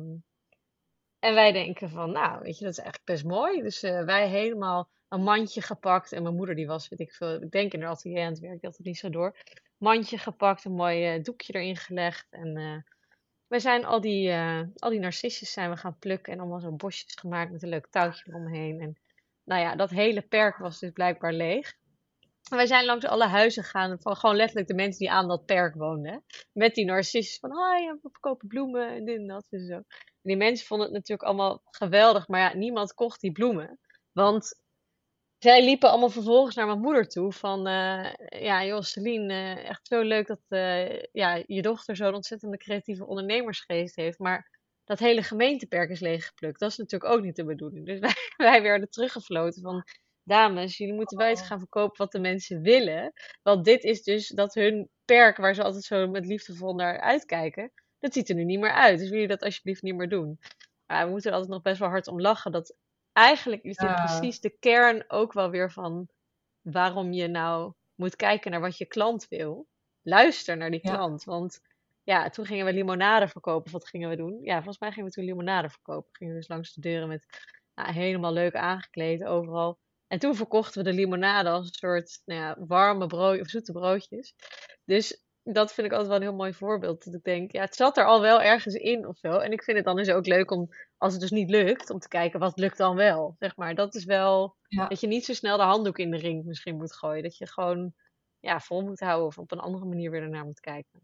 en wij denken van, nou, weet je, dat is eigenlijk best mooi. Dus eh, wij helemaal een mandje gepakt. En mijn moeder die was, weet ik veel, ik denk in haar atelier aan het werk, die had het niet zo door. Mandje gepakt, een mooi eh, doekje erin gelegd. En eh, wij zijn al die, eh, al die narcissus zijn we gaan plukken. En allemaal zo'n bosjes gemaakt met een leuk touwtje eromheen. En nou ja, dat hele perk was dus blijkbaar leeg. En wij zijn langs alle huizen gegaan, van gewoon letterlijk de mensen die aan dat perk woonden. Met die narcissus van, hi, we verkopen bloemen en dit en dat en zo. En die mensen vonden het natuurlijk allemaal geweldig, maar ja, niemand kocht die bloemen. Want zij liepen allemaal vervolgens naar mijn moeder toe van, eh, ja joh Celine, eh, echt zo leuk dat eh, ja, je dochter zo'n ontzettende creatieve ondernemersgeest heeft, maar dat hele gemeenteperk is leeggeplukt. Dat is natuurlijk ook niet de bedoeling. Dus wij, wij werden teruggefloten van, dames, jullie moeten wel iets Oh, gaan verkopen wat de mensen willen. Want dit is dus dat hun perk, waar ze altijd zo met liefdevol naar uitkijken, dat ziet er nu niet meer uit. Dus wil je dat alsjeblieft niet meer doen? Maar we moeten er altijd nog best wel hard om lachen dat eigenlijk is dit ja, precies de kern ook wel weer van waarom je nou moet kijken naar wat je klant wil. Luister naar die ja, klant. Want ja, toen gingen we limonade verkopen. Of wat gingen we doen? Ja, volgens mij gingen we toen limonade verkopen. Gingen we dus langs de deuren met nou, helemaal leuk aangekleed overal. En toen verkochten we de limonade als een soort nou ja, warme brood, of zoete broodjes. Dus dat vind ik altijd wel een heel mooi voorbeeld. Dat ik denk, ja, het zat er al wel ergens in of zo. En ik vind het dan dus ook leuk om, als het dus niet lukt, om te kijken wat lukt dan wel. Zeg maar, dat is wel, Ja, dat je niet zo snel de handdoek in de ring misschien moet gooien. Dat je het gewoon, ja, vol moet houden of op een andere manier weer ernaar moet kijken.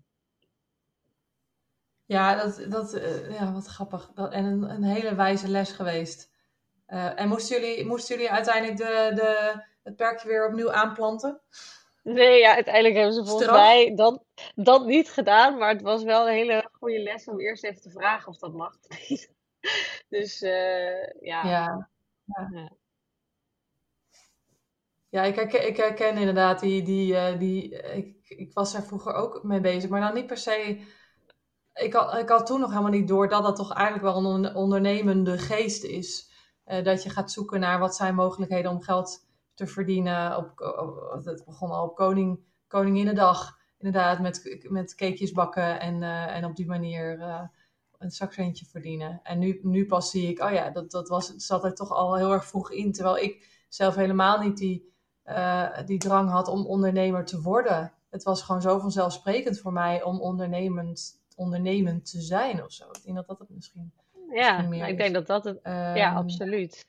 ja, dat, dat, eh, ja wat grappig. Dat, en een, een hele wijze les geweest. Eh, en moesten jullie, moesten jullie uiteindelijk de, de, het perkje weer opnieuw aanplanten? Nee, ja, uiteindelijk hebben ze volgens Straf? mij dat, dat niet gedaan. Maar het was wel een hele goede les om eerst even te vragen of dat mag. Dus eh, ja, Ja, ja. ja. Ja, ik herken, ik herken inderdaad die, die, eh, die ik, ik was er vroeger ook mee bezig, maar dan niet per se. Ik had, ik had toen nog helemaal niet door dat dat toch eigenlijk wel een on- ondernemende geest is. Eh, dat je gaat zoeken naar wat zijn mogelijkheden om geld te verdienen. Op, op- het begon al op Koning, Koninginnedag, inderdaad, met, met cakejes bakken en, eh, en op die manier eh, een zakcentje verdienen. En nu, nu pas zie ik, oh ja, dat, dat was, het zat er toch al heel erg vroeg in. Terwijl ik zelf helemaal niet die, eh, die drang had om ondernemer te worden. Het was gewoon zo vanzelfsprekend voor mij om ondernemend, ondernemend te zijn of zo. Ik denk dat dat het misschien, misschien Ja, meer nou, ik denk is. dat dat het, ja, Ehm, absoluut.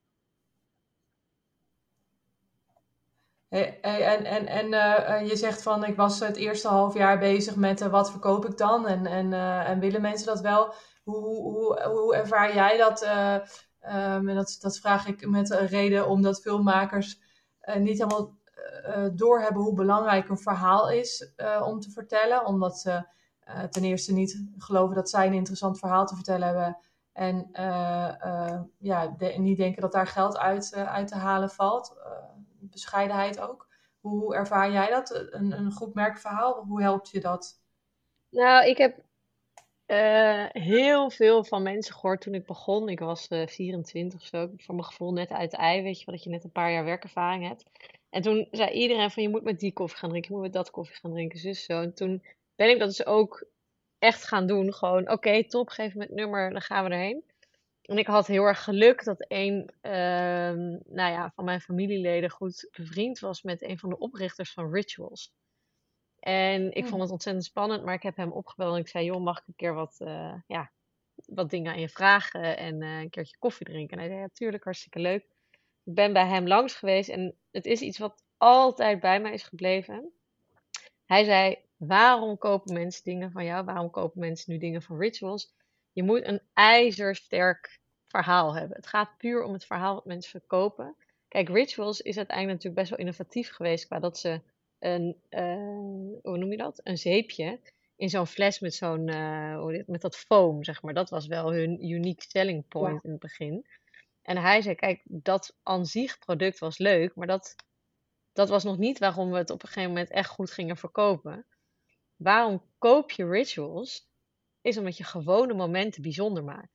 hey, hey, en en, en eh, eh, je zegt van, ik was het eerste half jaar bezig met eh, wat verkoop ik dan? En, en, eh, en willen mensen dat wel? Hoe, hoe, hoe, hoe ervaar jij dat? eh, ehm, en dat, dat vraag ik met een reden omdat filmmakers eh, niet helemaal eh, doorhebben hoe belangrijk een verhaal is eh, om te vertellen. Omdat ze eh, ten eerste niet geloven dat zij een interessant verhaal te vertellen hebben. En eh, eh, ja, de- niet denken dat daar geld uit, eh, uit te halen valt. Eh, bescheidenheid ook. Hoe, hoe ervaar jij dat? Een, een goed merkverhaal? Hoe helpt je dat? Nou, ik heb eh, heel veel van mensen gehoord toen ik begon. Ik was eh, vierentwintig of zo, voor mijn gevoel net uit de ei, weet je wel, dat je net een paar jaar werkervaring hebt. En toen zei iedereen van, je moet met die koffie gaan drinken, je moet met dat koffie gaan drinken, zus zo. En toen ben ik dat dus ook echt gaan doen. Gewoon, oké, top, geef me het nummer, dan gaan we erheen. En ik had heel erg geluk dat een ehm, nou ja, van mijn familieleden goed bevriend was met een van de oprichters van Rituals. En ik vond Hm. het ontzettend spannend, maar ik heb hem opgebeld en ik zei: Joh, mag ik een keer wat, eh, ja, wat dingen aan je vragen en eh, een keertje koffie drinken? En hij zei: Ja, tuurlijk, hartstikke leuk. Ik ben bij hem langs geweest en het is iets wat altijd bij mij is gebleven. Hij zei: Waarom kopen mensen dingen van jou? Waarom kopen mensen nu dingen van Rituals? Je moet een ijzersterk verhaal hebben. Het gaat puur om het verhaal wat mensen verkopen. Kijk, Rituals is uiteindelijk natuurlijk best wel innovatief geweest qua dat ze een, eh, hoe noem je dat? Een zeepje in zo'n fles met zo'n, eh, hoe dit- met dat foam, zeg maar. Dat was wel hun unique selling Ja. point in het begin. En hij zei, kijk, dat aan zich product was leuk, maar dat, dat was nog niet waarom we het op een gegeven moment echt goed gingen verkopen. Waarom koop je rituals? Is omdat je gewone momenten bijzonder maakt.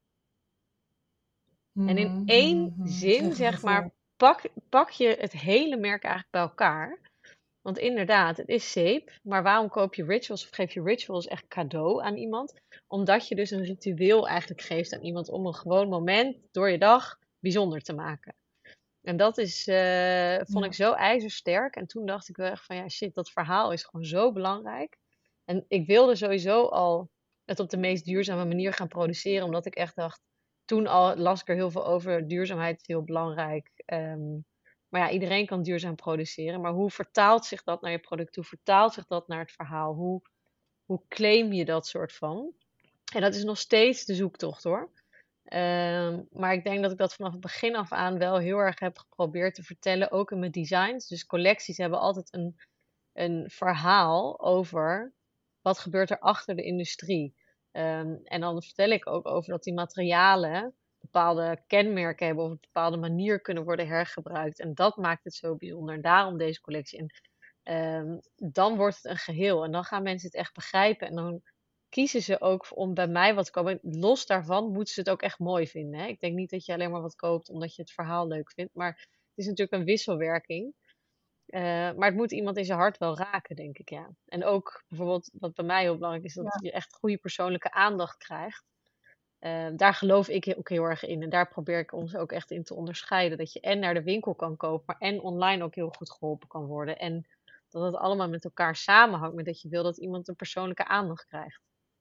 En in Mhm, één mhm, mhm. zin, Kreeg een zeg maar, gevoel. pak, pak je het hele merk eigenlijk bij elkaar. Want inderdaad, het is zeep. Maar waarom koop je rituals of geef je rituals echt cadeau aan iemand? Omdat je dus een ritueel eigenlijk geeft aan iemand om een gewoon moment door je dag bijzonder te maken. En dat is, eh, vond ik Ja. zo ijzersterk. En toen dacht ik wel echt van ja, shit, dat verhaal is gewoon zo belangrijk. En ik wilde sowieso al het op de meest duurzame manier gaan produceren, omdat ik echt dacht, toen al las ik er heel veel over, duurzaamheid is heel belangrijk. Ehm, maar ja, iedereen kan duurzaam produceren. Maar hoe vertaalt zich dat naar je product? Hoe vertaalt zich dat naar het verhaal? Hoe, hoe claim je dat soort van? En dat is nog steeds de zoektocht hoor. Ehm, maar ik denk dat ik dat vanaf het begin af aan wel heel erg heb geprobeerd te vertellen, ook in mijn designs. Dus collecties hebben altijd een, een verhaal over wat gebeurt er achter de industrie. Ehm, en dan vertel ik ook over dat die materialen bepaalde kenmerken hebben of op een bepaalde manier kunnen worden hergebruikt. En dat maakt het zo bijzonder. En daarom deze collectie. En ehm, dan wordt het een geheel. En dan gaan mensen het echt begrijpen. En dan kiezen ze ook om bij mij wat te kopen. Los daarvan moeten ze het ook echt mooi vinden. Hè? Ik denk niet dat je alleen maar wat koopt omdat je het verhaal leuk vindt. Maar het is natuurlijk een wisselwerking. Eh, maar het moet iemand in zijn hart wel raken, denk ik, ja. En ook bijvoorbeeld, wat bij mij heel belangrijk is, dat Ja. je echt goede persoonlijke aandacht krijgt. Eh, daar geloof ik ook heel erg in. En daar probeer ik ons ook echt in te onderscheiden. Dat je en naar de winkel kan kopen, maar en online ook heel goed geholpen kan worden. En dat het allemaal met elkaar samenhangt, met dat je wil dat iemand een persoonlijke aandacht krijgt.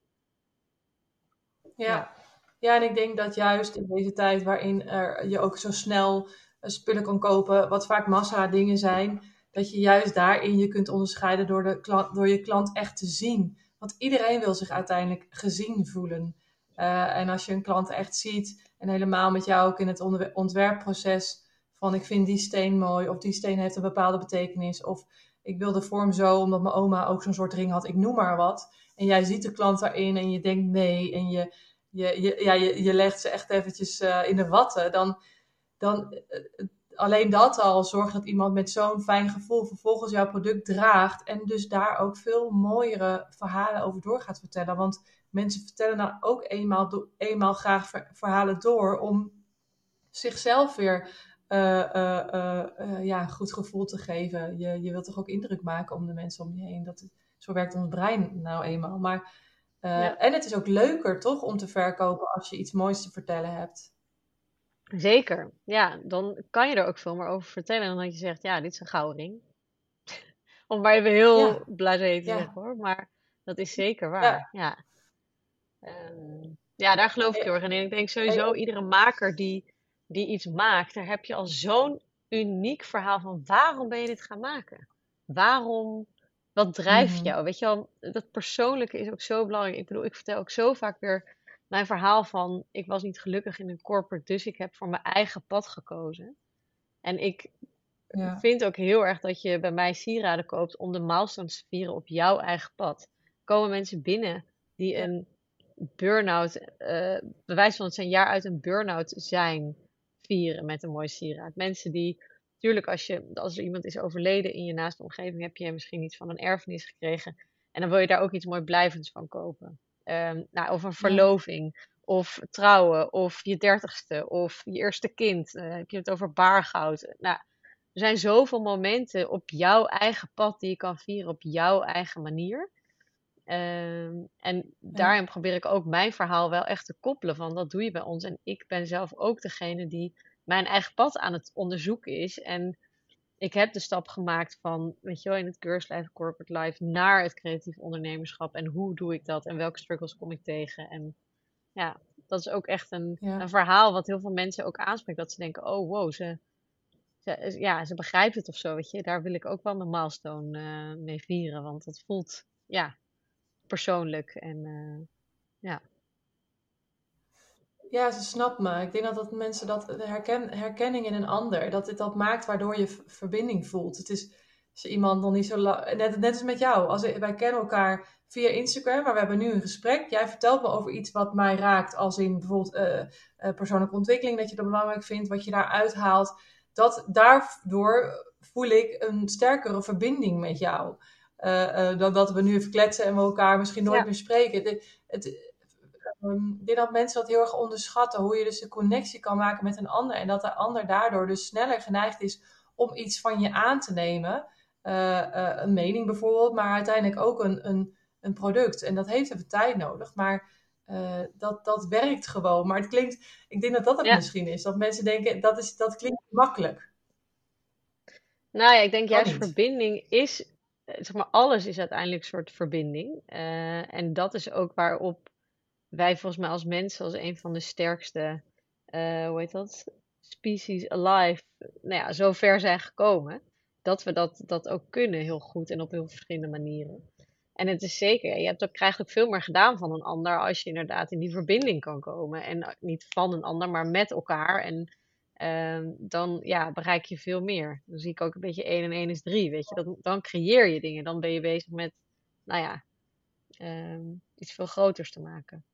Ja, Ja. Ja, en ik denk dat juist in deze tijd waarin er, je ook zo snel eh, spullen kan kopen, wat vaak massa dingen zijn, dat je juist daarin je kunt onderscheiden door, de klant, door je klant echt te zien. Want iedereen wil zich uiteindelijk gezien voelen. Eh, en als je een klant echt ziet, en helemaal met jou ook in het onderwe- ontwerpproces, van ik vind die steen mooi, of die steen heeft een bepaalde betekenis, of ik wil de vorm zo, omdat mijn oma ook zo'n soort ring had, ik noem maar wat. En jij ziet de klant daarin en je denkt nee, en je je, je, ja, je, je legt ze echt eventjes uh, in de watten, dan, dan uh, alleen dat al zorgt dat iemand met zo'n fijn gevoel vervolgens jouw product draagt en dus daar ook veel mooiere verhalen over door gaat vertellen. Want mensen vertellen nou ook eenmaal, do- eenmaal graag ver- verhalen door om zichzelf weer uh, uh, uh, uh, ja, een goed gevoel te geven. Je, je wilt toch ook indruk maken om de mensen om je heen. Dat, zo werkt ons brein nou eenmaal. Maar ja, uh, en het is ook leuker, toch, om te verkopen als je iets moois te vertellen hebt. zeker. Ja, dan kan je er ook veel meer over vertellen dan dat je zegt, ja, dit is een gouden ring. Om maar even heel Ja, blasé te zeggen ja, hoor, maar dat is zeker waar. ja. Ja, Ehm, ja, daar geloof ik heel erg in. En ik denk sowieso, iedere maker die, die iets maakt, daar heb je al zo'n uniek verhaal van waarom ben je dit gaan maken? Waarom, wat drijft Mm-hmm. jou? Weet je wel, dat persoonlijke is ook zo belangrijk. Ik bedoel, ik vertel ook zo vaak weer mijn verhaal van, ik was niet gelukkig in een corporate, dus ik heb voor mijn eigen pad gekozen. En ik Ja, vind ook heel erg dat je bij mij sieraden koopt om de milestones te vieren op jouw eigen pad. Er komen mensen binnen die ja, een burn-out, uh, bewijs van het zijn jaar uit een burn-out zijn, vieren met een mooi sieraad. Mensen die, natuurlijk als, je, als er iemand is overleden in je naaste omgeving, heb je misschien iets van een erfenis gekregen. En dan wil je daar ook iets mooi blijvends van kopen. Um, nou, of een ja, verloving, of trouwen, of je dertigste, of je eerste kind. Uh, heb je het over baargoud. Nou, er zijn zoveel momenten op jouw eigen pad die je kan vieren op jouw eigen manier. Um, en ja, daarin probeer ik ook mijn verhaal wel echt te koppelen van dat doe je bij ons. En ik ben zelf ook degene die mijn eigen pad aan het onderzoeken is. En ik heb de stap gemaakt van, weet je wel, in het keurslijf, corporate life, naar het creatief ondernemerschap. En hoe doe ik dat en welke struggles kom ik tegen? En ja, dat is ook echt een, een ja. verhaal wat heel veel mensen ook aanspreekt. Dat ze denken, oh wow, ze, ze, ja, ze begrijpt het of zo, weet je. Daar wil ik ook wel mijn milestone uh, mee vieren, want dat voelt, ja, persoonlijk. En uh, ja. Ja, ze snapt me. Ik denk dat, dat mensen dat de herken, herkenning in een ander, dat dit dat maakt waardoor je v- verbinding voelt. Het is als je iemand nog niet zo lang, net, net als met jou. Als, wij kennen elkaar via Instagram, maar we hebben nu een gesprek. Jij vertelt me over iets wat mij raakt, als in bijvoorbeeld uh, uh, persoonlijke ontwikkeling, dat je dat belangrijk vindt, wat je daar uithaalt. Dat, daardoor voel ik een sterkere verbinding met jou. Uh, uh, dan dat we nu even kletsen en we elkaar misschien nooit Ja. meer spreken. Het, het, Um, ik denk dat mensen dat heel erg onderschatten. Hoe je dus de connectie kan maken met een ander. En dat de ander daardoor dus sneller geneigd is om iets van je aan te nemen. Uh, uh, een mening bijvoorbeeld. Maar uiteindelijk ook een, een, een product. En dat heeft even tijd nodig. Maar uh, dat, dat werkt gewoon. Maar het klinkt... Ik denk dat dat het Ja. misschien is. Dat mensen denken, dat, is, dat klinkt makkelijk. Nou ja, ik denk Kan juist niet. verbinding is... Zeg maar, alles is uiteindelijk een soort verbinding. Uh, en dat is ook waarop wij volgens mij als mensen... als een van de sterkste... Uh, hoe heet dat? Species alive... Nou ja, zo ver zijn gekomen. Dat we dat, dat ook kunnen heel goed. En op heel verschillende manieren. En het is zeker... Je hebt ook, krijgt ook veel meer gedaan van een ander... als je inderdaad in die verbinding kan komen. En niet van een ander, maar met elkaar. En... Um, dan ja, bereik je veel meer. Dan zie ik ook een beetje één en één is drie, weet je. Dan, dan creëer je dingen. Dan ben je bezig met, nou ja, um, iets veel groters te maken.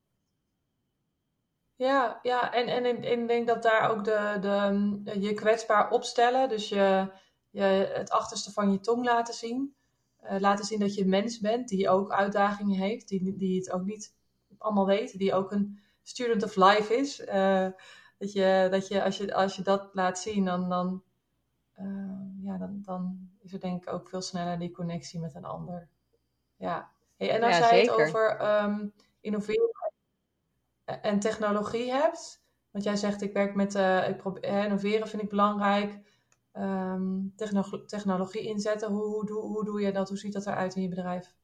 Ja, ja. En, en ik, ik denk dat daar ook de, de, je kwetsbaar opstellen, dus je, je het achterste van je tong laten zien. Uh, laten zien dat je een mens bent die ook uitdagingen heeft, die, die het ook niet allemaal weet, die ook een student of life is. Uh, dat je, dat je, als je, als je dat laat zien, dan, dan, uh, ja, dan, dan is er denk ik ook veel sneller die connectie met een ander. Ja. Hey, en als Ja, jij het zeker. over um, innoveren en technologie hebt. Want jij zegt, ik werk met uh, ik probeer, innoveren vind ik belangrijk. um, techno- technologie inzetten. Hoe, hoe, doe, hoe doe je dat? Hoe ziet dat eruit in je bedrijf?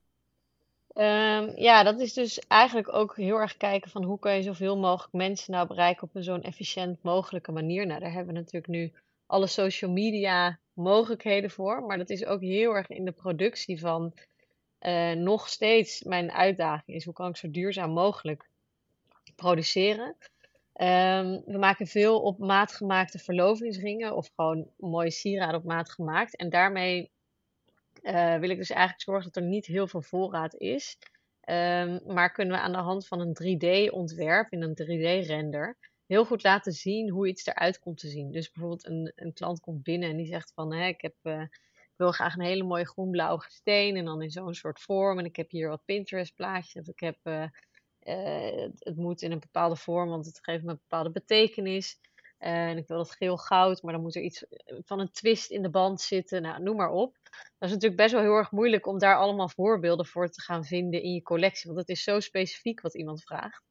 Ehm, ja, dat is dus eigenlijk ook heel erg kijken van hoe kan je zoveel mogelijk mensen nou bereiken op een zo'n efficiënt mogelijke manier. Nou, daar hebben we natuurlijk nu alle social media mogelijkheden voor, maar dat is ook heel erg in de productie van eh, nog steeds mijn uitdaging is hoe kan ik zo duurzaam mogelijk produceren. Ehm, we maken veel op maat gemaakte verlovingsringen of gewoon mooie sieraden op maat gemaakt. En daarmee eh, wil ik dus eigenlijk zorgen dat er niet heel veel voorraad is. Ehm, maar kunnen we aan de hand van een drie D-ontwerp in een drie D-render heel goed laten zien hoe iets eruit komt te zien. Dus bijvoorbeeld een, een klant komt binnen en die zegt van hè, ik, heb, eh, ik wil graag een hele mooie groen-blauwe steen en dan in zo'n soort vorm. En ik heb hier wat Pinterest plaatjes. Of ik heb, eh, eh, het, het moet in een bepaalde vorm, want het geeft me een bepaalde betekenis. Eh, en ik wil dat geel-goud, maar dan moet er iets van een twist in de band zitten. Nou, noem maar op. Dat is natuurlijk best wel heel erg moeilijk om daar allemaal voorbeelden voor te gaan vinden in je collectie. Want het is zo specifiek wat iemand vraagt.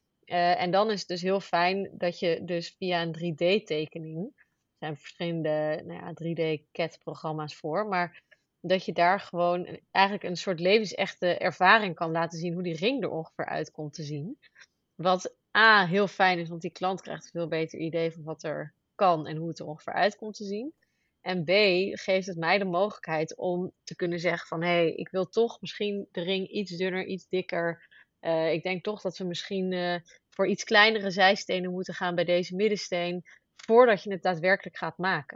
Eh, en dan is het dus heel fijn dat je dus via een drie D-tekening, er zijn verschillende nou ja, drie D-C A D-programma's voor, maar dat je daar gewoon een- eigenlijk een soort levensechte ervaring kan laten zien hoe die ring er ongeveer uit komt te zien. Wat A, heel fijn is, want die klant krijgt een veel beter idee van wat er kan en hoe het er ongeveer uit komt te zien. En B, geeft het mij de mogelijkheid om te kunnen zeggen van hé, hey, ik wil toch misschien de ring iets dunner, iets dikker. Eh, ik denk toch dat we misschien eh, voor iets kleinere zijstenen moeten gaan bij deze middensteen, voordat je het daadwerkelijk gaat maken.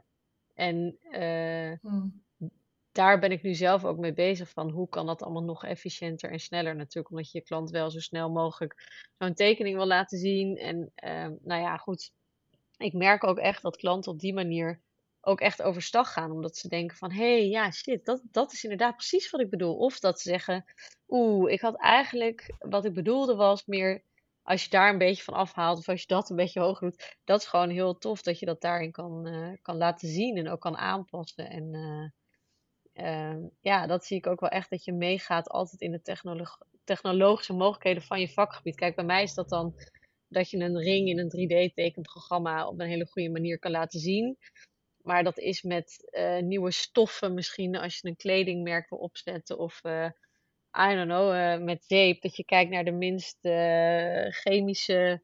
En eh, Hmm. daar ben ik nu zelf ook mee bezig van hoe kan dat allemaal nog efficiënter en sneller natuurlijk, omdat je je klant wel zo snel mogelijk zo'n tekening wil laten zien. En eh, nou ja, goed, ik merk ook echt dat klanten op die manier ook echt overstag gaan, omdat ze denken van hé, hey, ja, shit, dat, dat is inderdaad precies wat ik bedoel. Of dat ze zeggen, oeh, ik had eigenlijk, wat ik bedoelde was meer, als je daar een beetje van afhaalt of als je dat een beetje hoog doet, dat is gewoon heel tof dat je dat daarin kan, eh, kan laten zien en ook kan aanpassen. En eh, Ehm, ja, dat zie ik ook wel echt dat je meegaat altijd in de technolog- technologische mogelijkheden van je vakgebied. Kijk, bij mij is dat dan dat je een ring in een drie D-tekenprogramma op een hele goede manier kan laten zien. Maar dat is met eh, nieuwe stoffen misschien als je een kledingmerk wil opzetten of eh, I don't know, eh, met zeep. Dat je kijkt naar de minst eh, chemische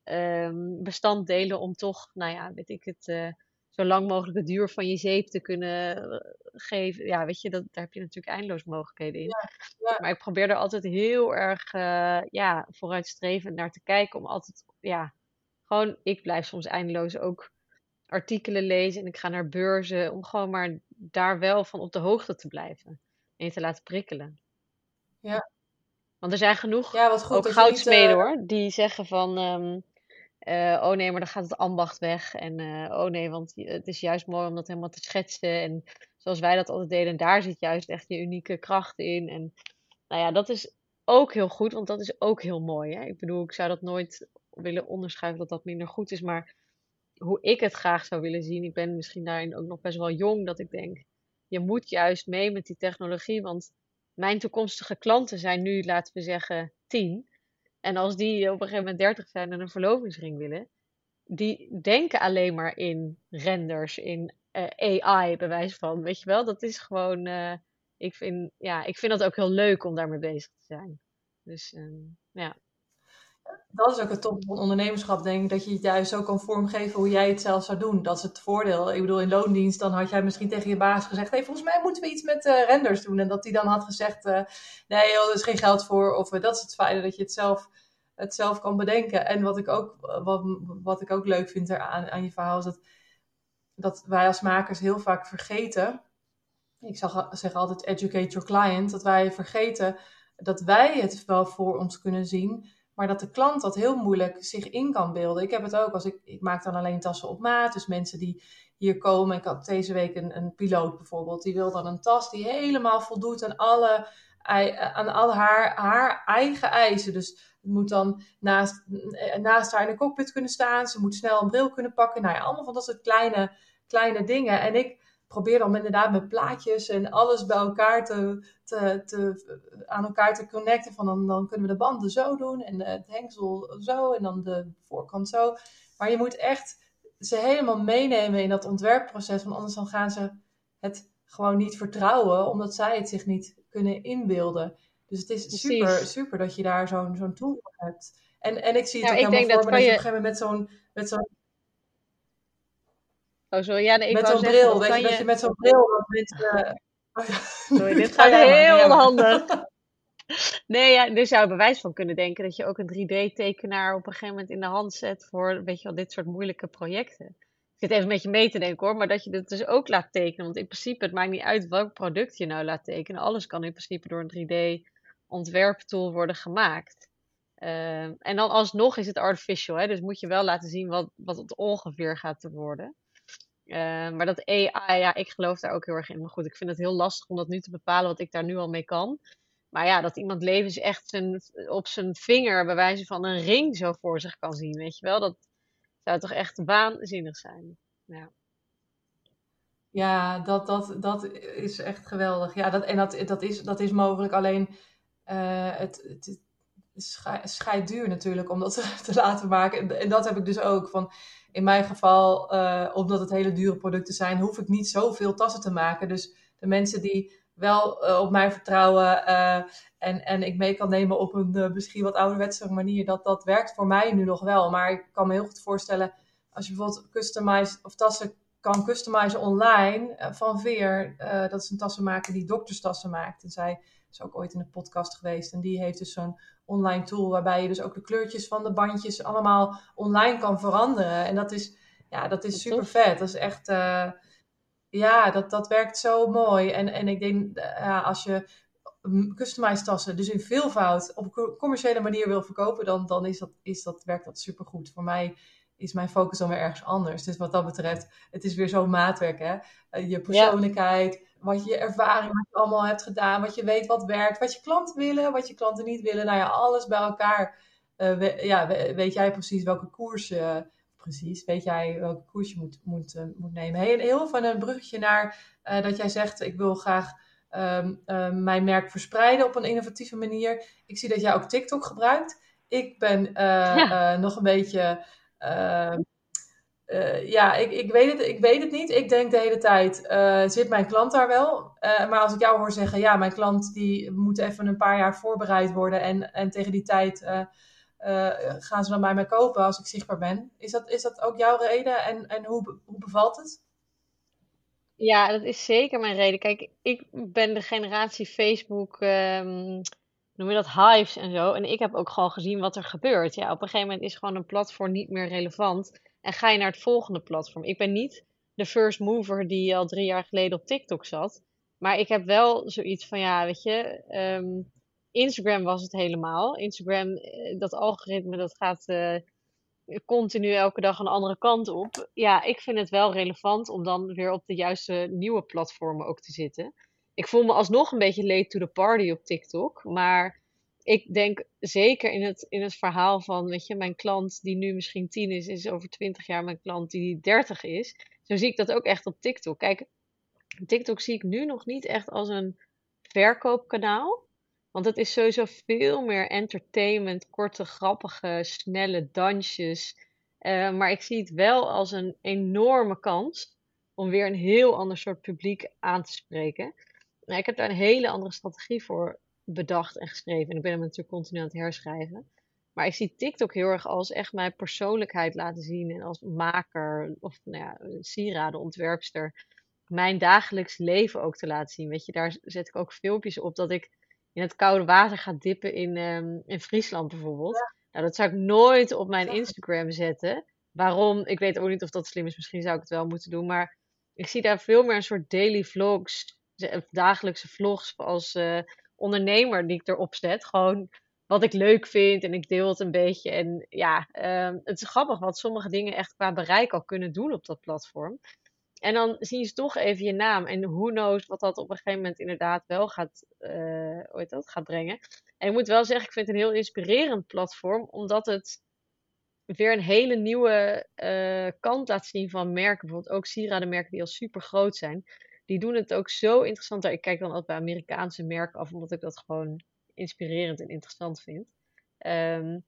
ehm, bestanddelen om toch, nou ja, weet ik het, eh, zo lang mogelijk het duur van je zeep te kunnen eh, geven. Ja, weet je, dat, daar heb je natuurlijk eindeloos mogelijkheden in. Ja, ja, Maar ik probeer er altijd heel erg eh, ja, vooruitstrevend naar te kijken. Om altijd, ja, gewoon, ik blijf soms eindeloos ook artikelen lezen en ik ga naar beurzen. Om gewoon maar daar wel van op de hoogte te blijven. En je te laten prikkelen. ja. Want er zijn genoeg Ja, wat goed ook dat je niet. eh, goudsmeden hoor, die zeggen van, ehm, eh, oh nee, maar dan gaat het ambacht weg. En eh, oh nee, want het is juist mooi om dat helemaal te schetsen. En zoals wij dat altijd deden, en daar zit juist echt je unieke kracht in. En nou ja, dat is ook heel goed, want dat is ook heel mooi. Hè? Ik bedoel, ik zou dat nooit willen onderschuiven dat dat minder goed is. Maar hoe ik het graag zou willen zien, ik ben misschien daarin ook nog best wel jong, dat ik denk, je moet juist mee met die technologie, want mijn toekomstige klanten zijn nu, laten we zeggen, tien. En als die op een gegeven moment dertig zijn en een verlovingsring willen, die denken alleen maar in renders, in eh, A I, bij wijze van. Weet je wel, dat is gewoon. eh, ik, vind, ja, ik vind dat ook heel leuk om daarmee bezig te zijn. Dus ehm, ja. Dat is ook het top van ondernemerschap, denk ik, dat je het juist zo kan vormgeven hoe jij het zelf zou doen. Dat is het voordeel. Ik bedoel, in loondienst, dan had jij misschien tegen je baas gezegd, hey, volgens mij moeten we iets met eh, renders doen. En dat die dan had gezegd, eh, nee joh, er is geen geld voor. Of eh, dat is het fijne, dat je het zelf, het zelf kan bedenken. En wat ik ook, wat, wat ik ook leuk vind eraan, aan je verhaal, is dat, dat wij als makers heel vaak vergeten. Ik zag, zeg altijd educate your client, dat wij vergeten dat wij het wel voor ons kunnen zien, maar dat de klant dat heel moeilijk zich in kan beelden. Ik heb het ook, als ik, ik maak dan alleen tassen op maat, dus mensen die hier komen, ik had deze week een, een piloot bijvoorbeeld, die wil dan een tas die helemaal voldoet aan alle, aan alle haar, haar eigen eisen. Dus het moet dan naast, naast haar in de cockpit kunnen staan, ze moet snel een bril kunnen pakken, nou ja, allemaal van dat soort kleine, kleine dingen. En ik probeer dan inderdaad met plaatjes en alles bij elkaar te, te, te, aan elkaar te connecten. Van dan, dan kunnen we de banden zo doen en het hengsel zo en dan de voorkant zo. Maar je moet echt ze helemaal meenemen in dat ontwerpproces. Want anders dan gaan ze het gewoon niet vertrouwen, omdat zij het zich niet kunnen inbeelden. Dus het is super, precies. super dat je daar zo'n zo'n tool voor hebt. En, en ik zie het Nou, ook ik helemaal denk dat voor me kan dat je op je. een gegeven moment met zo'n met zo'n Oh, sorry. Ja, nee, ik met wou zo'n zeggen, bril, dat weet je, kan dat je je. met zo'n bril dat mensen. Oh ja, Sorry, dit ga gaat jij maar, ga heel jij maar. onhandig. Nee, ja, dus zou je bewijs van kunnen denken dat je ook een drie D-tekenaar op een gegeven moment in de hand zet voor, weet je wel, dit soort moeilijke projecten. Ik zit even een beetje mee te denken hoor, maar dat je dit dus ook laat tekenen. Want in principe, het maakt niet uit welk product je nou laat tekenen. Alles kan in principe door een drie D-ontwerptool worden gemaakt. Ehm, en dan alsnog is het artificial, hè? Dus moet je wel laten zien wat, wat het ongeveer gaat te worden. Ehm, maar dat A I, ja, ik geloof daar ook heel erg in. Maar goed, ik vind het heel lastig om dat nu te bepalen wat ik daar nu al mee kan. Maar ja, dat iemand levens echt zijn, op zijn vinger bij wijze van een ring zo voor zich kan zien, weet je wel? Dat zou toch echt waanzinnig zijn. Ja, Ja, dat, dat, dat is echt geweldig. Ja, dat, en dat, dat, is, dat is mogelijk. Alleen eh, het, het, het schei- scheidt duur natuurlijk om dat te, te laten maken. En, en dat heb ik dus ook. Van, in mijn geval, eh, omdat het hele dure producten zijn, hoef ik niet zoveel tassen te maken. Dus de mensen die wel eh, op mij vertrouwen eh, en, en ik mee kan nemen op een eh, misschien wat ouderwetse manier, dat, dat werkt voor mij nu nog wel. Maar ik kan me heel goed voorstellen, als je bijvoorbeeld customized of tassen kan customizen online eh, van Veer. Uh, dat is een tassenmaker die dokterstassen maakt. En zij is ook ooit in de podcast geweest. En die heeft dus zo'n online tool waarbij je dus ook de kleurtjes van de bandjes allemaal online kan veranderen. En dat is, ja, dat is wat super tof. vet. Dat is echt, uh, ja, dat, dat werkt zo mooi. En, en ik denk, uh, ja, als je customized tassen dus in veelvoud op een commerciële manier wil verkopen, dan, dan is dat, is dat, werkt dat supergoed. Voor mij is mijn focus dan weer ergens anders. Dus wat dat betreft, het is weer zo'n maatwerk, hè. Uh, je Ja, persoonlijkheid, wat je ervaring wat je allemaal hebt gedaan, wat je weet wat werkt, wat je klanten willen, wat je klanten niet willen. Nou ja, alles bij elkaar. Uh, we, ja, we, weet jij precies welke koers uh, precies, weet jij welke koers je moet, moet, uh, moet nemen. Hey, heel van een bruggetje naar uh, dat jij zegt, ik wil graag um, um, mijn merk verspreiden op een innovatieve manier. Ik zie dat jij ook TikTok gebruikt. Ik ben uh, ja, uh, nog een beetje... Uh, uh, ja, ik, ik, weet het, ik weet het niet. Ik denk de hele tijd, uh, zit mijn klant daar wel? Uh, maar als ik jou hoor zeggen, ja, mijn klant die moet even een paar jaar voorbereid worden en, en tegen die tijd uh, uh, gaan ze dan bij mij kopen als ik zichtbaar ben. Is dat, is dat ook jouw reden en, en hoe, hoe bevalt het? ja, dat is zeker mijn reden. Kijk, ik ben de generatie Facebook, ehm, noem je dat, hives en zo. En ik heb ook gewoon gezien wat er gebeurt. Ja, op een gegeven moment is gewoon een platform niet meer relevant. En ga je naar het volgende platform. Ik ben niet de first mover die al drie jaar geleden op TikTok zat. Maar ik heb wel zoiets van, ja, weet je, ehm, Instagram was het helemaal. Instagram, eh, dat algoritme, dat gaat eh, continu elke dag een andere kant op. Ja, ik vind het wel relevant om dan weer op de juiste nieuwe platformen ook te zitten. Ik voel me alsnog een beetje late to the party op TikTok. Maar ik denk zeker in het, in het verhaal van, weet je, mijn klant die nu misschien tien is, is over twintig jaar mijn klant die dertig is. Zo zie ik dat ook echt op TikTok. Kijk, TikTok zie ik nu nog niet echt als een verkoopkanaal. Want het is sowieso veel meer entertainment, korte, grappige, snelle dansjes. Eh, maar ik zie het wel als een enorme kans om weer een heel ander soort publiek aan te spreken. Nou, ik heb daar een hele andere strategie voor bedacht en geschreven. En ik ben hem natuurlijk continu aan het herschrijven. Maar ik zie TikTok heel erg als echt mijn persoonlijkheid laten zien. En als maker of nou ja, sieraden, ontwerpster mijn dagelijks leven ook te laten zien. Weet je, daar zet ik ook filmpjes op dat ik in het koude water ga dippen in, ehm, in Friesland bijvoorbeeld. Nou, dat zou ik nooit op mijn Zag ik. Instagram zetten. Waarom? Ik weet ook niet of dat slim is. Misschien zou ik het wel moeten doen. Maar ik zie daar veel meer een soort daily vlogs, of dagelijkse vlogs als eh, ondernemer die ik erop zet. Gewoon wat ik leuk vind en ik deel het een beetje. En ja, ehm, het is grappig wat sommige dingen echt qua bereik al kunnen doen op dat platform. En dan zien ze toch even je naam. En who knows wat dat op een gegeven moment inderdaad wel gaat, eh, hoe heet dat, gaat brengen. En ik moet wel zeggen, ik vind het een heel inspirerend platform. Omdat het weer een hele nieuwe eh, kant laat zien van merken. Bijvoorbeeld ook sieradenmerken die al super groot zijn. Die doen het ook zo interessant. Ik kijk dan altijd bij Amerikaanse merken af, omdat ik dat gewoon inspirerend en interessant vind. Ehm,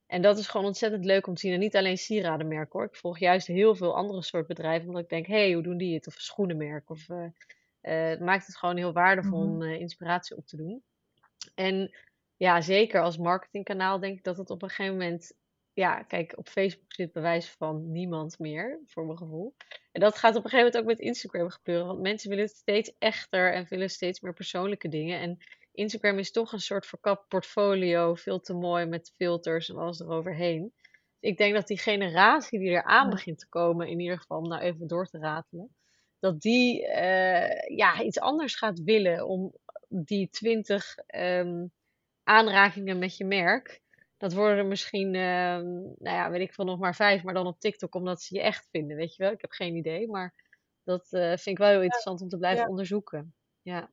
En dat is gewoon ontzettend leuk om te zien. En niet alleen sieradenmerken hoor. Ik volg juist heel veel andere soort bedrijven. Omdat ik denk, hé, hey, hoe doen die het? Of een schoenenmerk. Of, uh, uh, het maakt het gewoon heel waardevol om Mhm. uh, inspiratie op te doen. En ja, zeker als marketingkanaal denk ik dat het op een gegeven moment... Ja, kijk, op Facebook zit bewijs van niemand meer, voor mijn gevoel. En dat gaat op een gegeven moment ook met Instagram gebeuren. Want mensen willen het steeds echter en willen steeds meer persoonlijke dingen. En Instagram is toch een soort verkapt portfolio, veel te mooi met filters en alles eroverheen. Ik denk dat die generatie die eraan Ja. begint te komen, in ieder geval om nou even door te ratelen, dat die uh, ja, iets anders gaat willen om die twintig um, aanrakingen met je merk. Dat worden er misschien, uh, nou ja, weet ik veel, nog maar vijf, maar dan op TikTok omdat ze je echt vinden, weet je wel. Ik heb geen idee, maar dat uh, vind ik wel heel interessant om te blijven Ja. onderzoeken. Ja.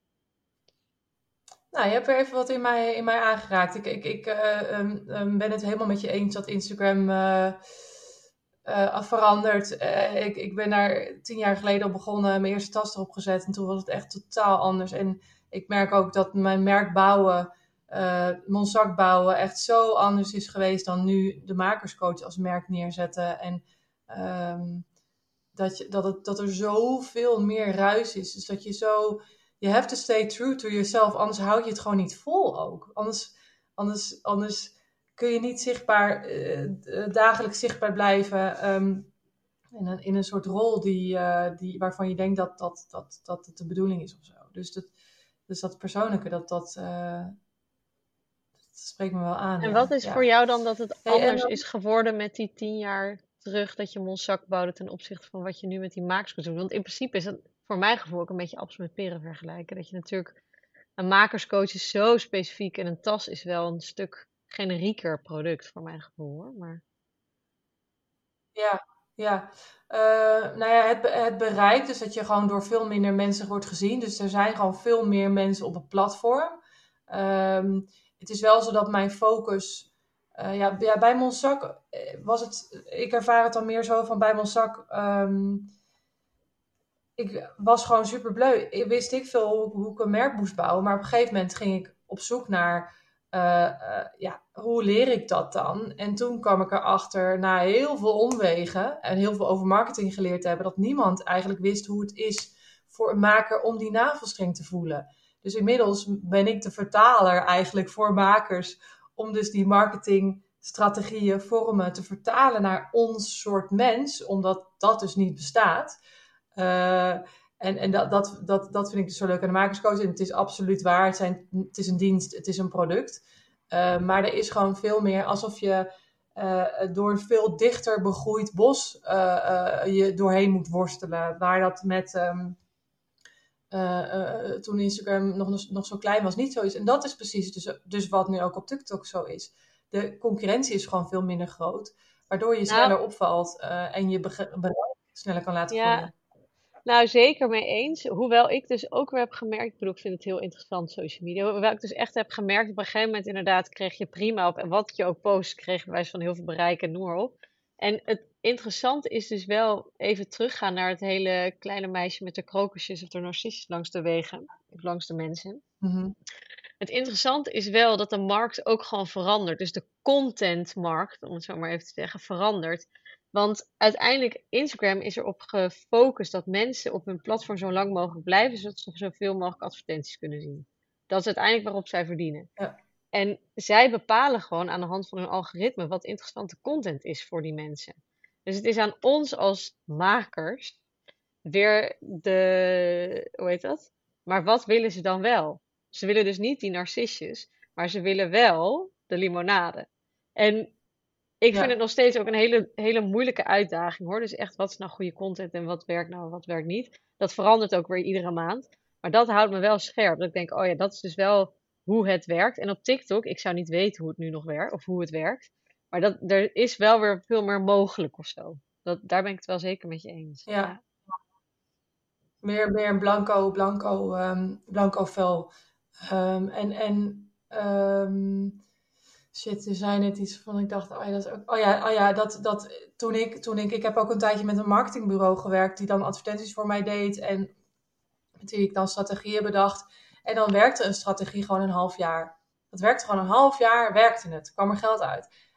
Nou, je hebt weer even wat in mij, in mij aangeraakt. Ik, ik, ik uh, um, um, ben het helemaal met je eens dat Instagram uh, uh, verandert. Uh, ik, ik ben daar tien jaar geleden op begonnen, mijn eerste tas erop gezet. En toen was het echt totaal anders. En ik merk ook dat mijn merk bouwen, uh, Monsac bouwen, echt zo anders is geweest dan nu de makerscoach als merk neerzetten. En um, dat, je, dat, het, dat er zoveel meer ruis is. Dus dat je zo... Je have to stay true to yourself, anders houd je het gewoon niet vol ook. Anders, anders, anders kun je niet zichtbaar, uh, dagelijks zichtbaar blijven um, in, een, in een soort rol die, uh, die, waarvan je denkt dat, dat, dat, dat het de bedoeling is of zo. Dus dat, dus dat persoonlijke, dat, dat, uh, dat spreekt me wel aan. En Ja. wat is Ja. voor jou dan dat het Hey, anders dan... is geworden met die tien jaar terug dat je Monsac bouwde ten opzichte van wat je nu met die makerscoach doet? Want in principe is het voor mijn gevoel ook een beetje appels met peren vergelijken. Dat je natuurlijk, een makerscoach is zo specifiek en een tas is wel een stuk generieker product voor mijn gevoel hoor. Maar... Ja, ja. Uh, nou ja, het, het bereik, dus dat je gewoon door veel minder mensen wordt gezien. Dus er zijn gewoon veel meer mensen op het platform. Um, het is wel zo dat mijn focus... Uh, ja, ja, bij Monsac was het... Ik ervaar het dan meer zo van bij Monsac... Um, ik was gewoon super bleu. Ik wist ik veel hoe, hoe ik een merk moest bouwen. Maar op een gegeven moment ging ik op zoek naar... Uh, uh, ja, hoe leer ik dat dan? En toen kwam ik erachter, na heel veel omwegen en heel veel over marketing geleerd te hebben, dat niemand eigenlijk wist hoe het is voor een maker om die navelstreng te voelen. Dus inmiddels ben ik de vertaler eigenlijk voor makers om dus die marketingstrategieën, vormen te vertalen naar ons soort mens, omdat dat dus niet bestaat. Uh, En, en dat, dat, dat, dat vind ik dus zo leuk aan de makerscoach. En het is absoluut waar. Het, zijn, het is een dienst, het is een product. Uh, maar er is gewoon veel meer alsof je uh, door een veel dichter begroeid bos uh, uh, je doorheen moet worstelen. Waar dat met um, uh, uh, toen Instagram nog, nog zo klein was niet zo is. En dat is precies dus, dus wat nu ook op TikTok zo is. De concurrentie is gewoon veel minder groot. Waardoor je Nou, sneller opvalt uh, en je bereik sneller kan laten ja, groeien. nou, zeker mee eens. Hoewel ik dus ook weer heb gemerkt, ik bedoel, ik vind het heel interessant, social media. Hoewel ik dus echt heb gemerkt, op een gegeven moment inderdaad kreeg je prima op. En wat je ook post, kreeg je wijs van heel veel bereik en noem maar op. En het interessante is dus wel even teruggaan naar het hele kleine meisje met de krokusjes of de narcissus langs de wegen. Of langs de mensen. Mm-hmm. Het interessante is wel dat de markt ook gewoon verandert. Dus de contentmarkt, om het zo maar even te zeggen, verandert. Want uiteindelijk, Instagram is erop gefocust dat mensen op hun platform zo lang mogelijk blijven, zodat ze zoveel mogelijk advertenties kunnen zien. Dat is uiteindelijk waarop zij verdienen. Ja. En zij bepalen gewoon aan de hand van hun algoritme wat interessante content is voor die mensen. Dus het is aan ons als makers weer de, hoe heet dat? Maar wat willen ze dan wel? Ze willen dus niet die narcissus, maar ze willen wel de limonade. En ik vind Ja. het nog steeds ook een hele, hele moeilijke uitdaging hoor. Dus echt, wat is nou goede content en wat werkt nou en wat werkt niet? Dat verandert ook weer iedere maand. Maar dat houdt me wel scherp. Dat ik denk, oh ja, dat is dus wel hoe het werkt. En op TikTok, ik zou niet weten hoe het nu nog werkt of hoe het werkt. Maar dat, er is wel weer veel meer mogelijk of zo. Dat, daar ben ik het wel zeker met je eens. Ja. Ja. Meer, meer een blanco, blanco, um, blanco vel. Um, en en um, shit, er zei net iets van, ik dacht, oh ja, dat is ook, oh ja, oh ja dat, dat, toen ik, toen ik, ik heb ook een tijdje met een marketingbureau gewerkt, die dan advertenties voor mij deed en met wie ik dan strategieën bedacht. En dan werkte een strategie gewoon een half jaar. Dat werkte gewoon een half jaar, werkte het, kwam er geld uit.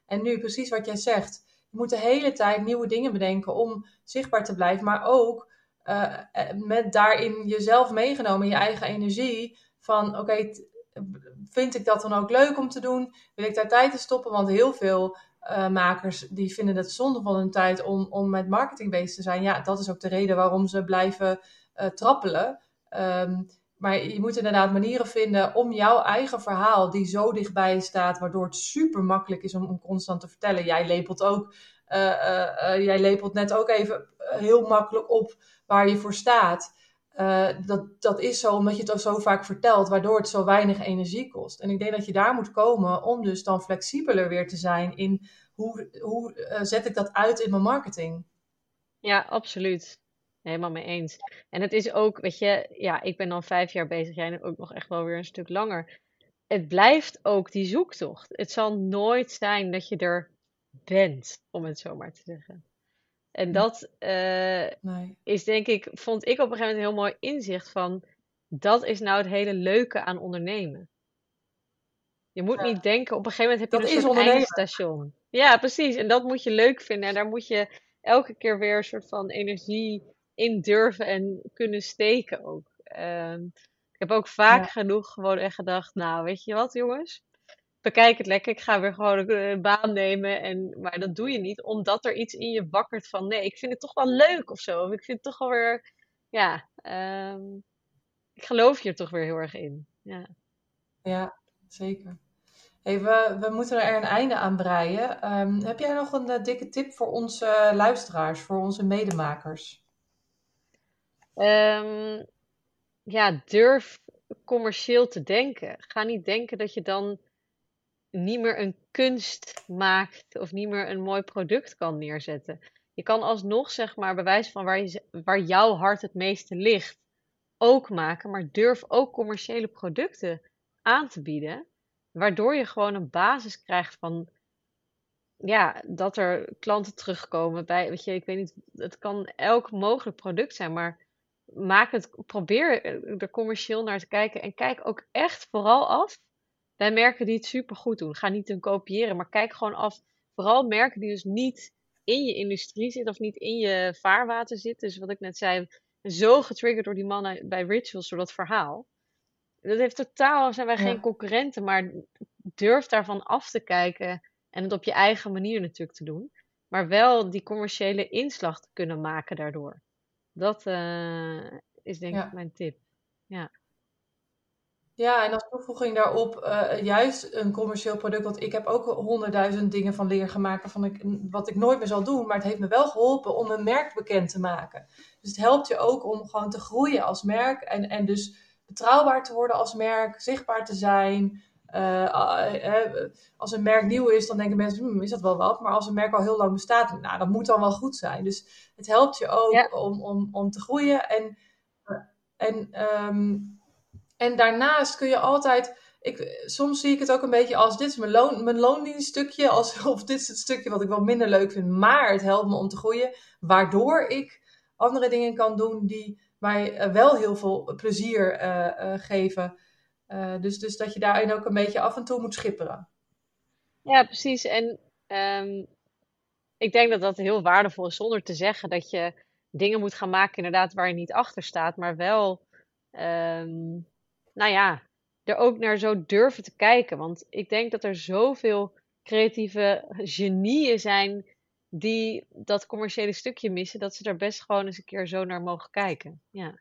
En nu precies wat jij zegt. Je moet de hele tijd nieuwe dingen bedenken om zichtbaar te blijven. Maar ook uh, met daarin jezelf meegenomen, je eigen energie. Van oké, okay, t- vind ik dat dan ook leuk om te doen? Wil ik daar tijd in stoppen? Want heel veel uh, makers die vinden het zonde van hun tijd om, om met marketing bezig te zijn. Ja, dat is ook de reden waarom ze blijven uh, trappelen. Um, maar je moet inderdaad manieren vinden om jouw eigen verhaal, die zo dichtbij staat, waardoor het super makkelijk is om, om constant te vertellen. Jij lepelt ook, uh, uh, uh, jij lepelt net ook even heel makkelijk op waar je voor staat. Uh, dat, dat is zo omdat je het ook zo vaak vertelt, waardoor het zo weinig energie kost. En ik denk dat je daar moet komen om dus dan flexibeler weer te zijn in hoe, hoe uh, zet ik dat uit in mijn marketing. Ja, absoluut. Helemaal mee eens. En het is ook, weet je, ja, ik ben al vijf jaar bezig, jij ook nog echt wel weer een stuk langer. Het blijft ook die zoektocht. Het zal nooit zijn dat je er bent, om het zo maar te zeggen. En dat uh, Nee. is denk ik, vond ik op een gegeven moment een heel mooi inzicht van, dat is nou het hele leuke aan ondernemen. Je moet Ja. niet denken, op een gegeven moment heb je Dat een is soort ondernemen. eindstation. Ja, precies. En dat moet je leuk vinden. En daar moet je elke keer weer een soort van energie in durven en kunnen steken ook. Um, ik heb ook vaak Ja. genoeg gewoon echt gedacht, nou, weet je wat, jongens? Bekijk het lekker. Ik ga weer gewoon een baan nemen. En, maar dat doe je niet, omdat er iets in je wakkert van, nee, ik vind het toch wel leuk of zo. Of ik vind het toch wel weer, ja, um, ik geloof hier toch weer heel erg in. Ja, Ja, zeker. Hey, we, we moeten er een einde aan breien. Um, heb jij nog een uh, dikke tip voor onze luisteraars, voor onze medemakers? um, ja, durf commercieel te denken. Ga niet denken dat je dan niet meer een kunst maakt of niet meer een mooi product kan neerzetten. Je kan alsnog, zeg maar, bewijs van waar, je, waar jouw hart het meeste ligt, ook maken. Maar durf ook commerciële producten aan te bieden. Waardoor je gewoon een basis krijgt van, ja, dat er klanten terugkomen bij, weet je, ik weet niet, het kan elk mogelijk product zijn, maar maak het, probeer er commercieel naar te kijken en kijk ook echt vooral af bij merken die het super goed doen. Ga niet te kopiëren, maar kijk gewoon af, vooral merken die dus niet in je industrie zitten of niet in je vaarwater zitten. Dus wat ik net zei, zo getriggerd door die mannen bij Rituals, door dat verhaal. Dat heeft totaal, zijn wij geen Ja, concurrenten, maar durf daarvan af te kijken en het op je eigen manier natuurlijk te doen. Maar wel die commerciële inslag te kunnen maken daardoor. Dat uh, is denk ik ja. mijn tip. Ja. Ja, en als toevoeging daarop, uh, juist een commercieel product, want ik heb ook honderdduizend dingen van leer gemaakt waarvan ik, wat ik nooit meer zal doen, maar het heeft me wel geholpen om mijn merk bekend te maken. Dus het helpt je ook om gewoon te groeien als merk en, en dus betrouwbaar te worden als merk, zichtbaar te zijn. Uh, uh, als een merk nieuw is, dan denken mensen, hm, is dat wel wat? Maar als een merk al heel lang bestaat, nou, dat moet dan wel goed zijn. Dus het helpt je Ja. ook om, om, om te groeien en, en um, en daarnaast kun je altijd, ik, soms zie ik het ook een beetje als, dit is mijn, loon, mijn loondienststukje, als, of dit is het stukje wat ik wel minder leuk vind, maar het helpt me om te groeien, waardoor ik andere dingen kan doen die mij uh, wel heel veel plezier uh, uh, geven. Uh, dus, dus dat je daarin ook een beetje af en toe moet schipperen. Ja, precies. En um, ik denk dat dat heel waardevol is, zonder te zeggen dat je dingen moet gaan maken inderdaad waar je niet achter staat, maar wel, um, nou ja, er ook naar zo durven te kijken. Want ik denk dat er zoveel creatieve genieën zijn die dat commerciële stukje missen, dat ze er best gewoon eens een keer zo naar mogen kijken. Ja,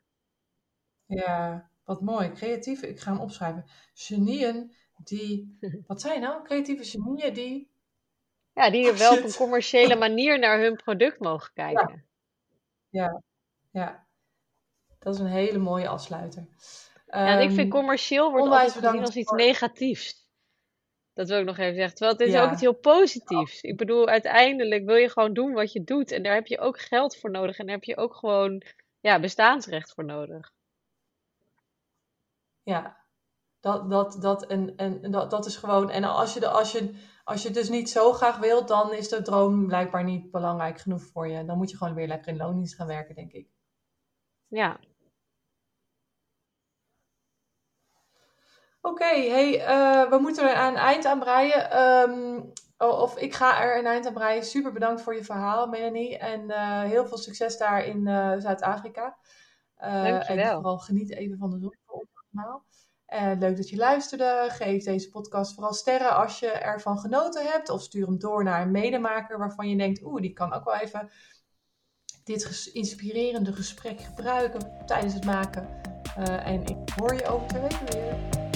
Ja, wat mooi. Creatief, ik ga hem opschrijven. Genieën die, wat zijn nou? Creatieve genieën die, ja, die oh er wel op een shit. commerciële manier naar hun product mogen Ja, kijken. ja, ja. Dat is een hele mooie afsluiter. Ja, en ik vind Um, commercieel wordt onwijs altijd gezien bedankt als iets voor. negatiefs. Dat wil ik nog even zeggen. Terwijl het is ook iets Ja, heel positiefs. Ik bedoel, uiteindelijk wil je gewoon doen wat je doet. En daar heb je ook geld voor nodig. En daar heb je ook gewoon ja, bestaansrecht voor nodig. ja. Dat, dat, dat, en, en dat, dat is gewoon. En als je, de, als, je, als je het dus niet zo graag wilt, dan is de droom blijkbaar niet belangrijk genoeg voor je. Dan moet je gewoon weer lekker in loondienst gaan werken, denk ik. Ja, Oké, okay, hey, uh, we moeten er aan een eind aan breien. Um, oh, of ik ga er een eind aan breien. Super bedankt voor je verhaal, Melanie. En uh, heel veel succes daar in uh, Zuid-Afrika. Uh, en Dankjewel. vooral geniet even van de zon voor ons allemaal. Uh, leuk dat je luisterde. Geef deze podcast vooral sterren als je ervan genoten hebt. Of stuur hem door naar een medemaker waarvan je denkt... oeh, die kan ook wel even dit ges- inspirerende gesprek gebruiken tijdens het maken. Uh, en ik hoor je over twee weken weer.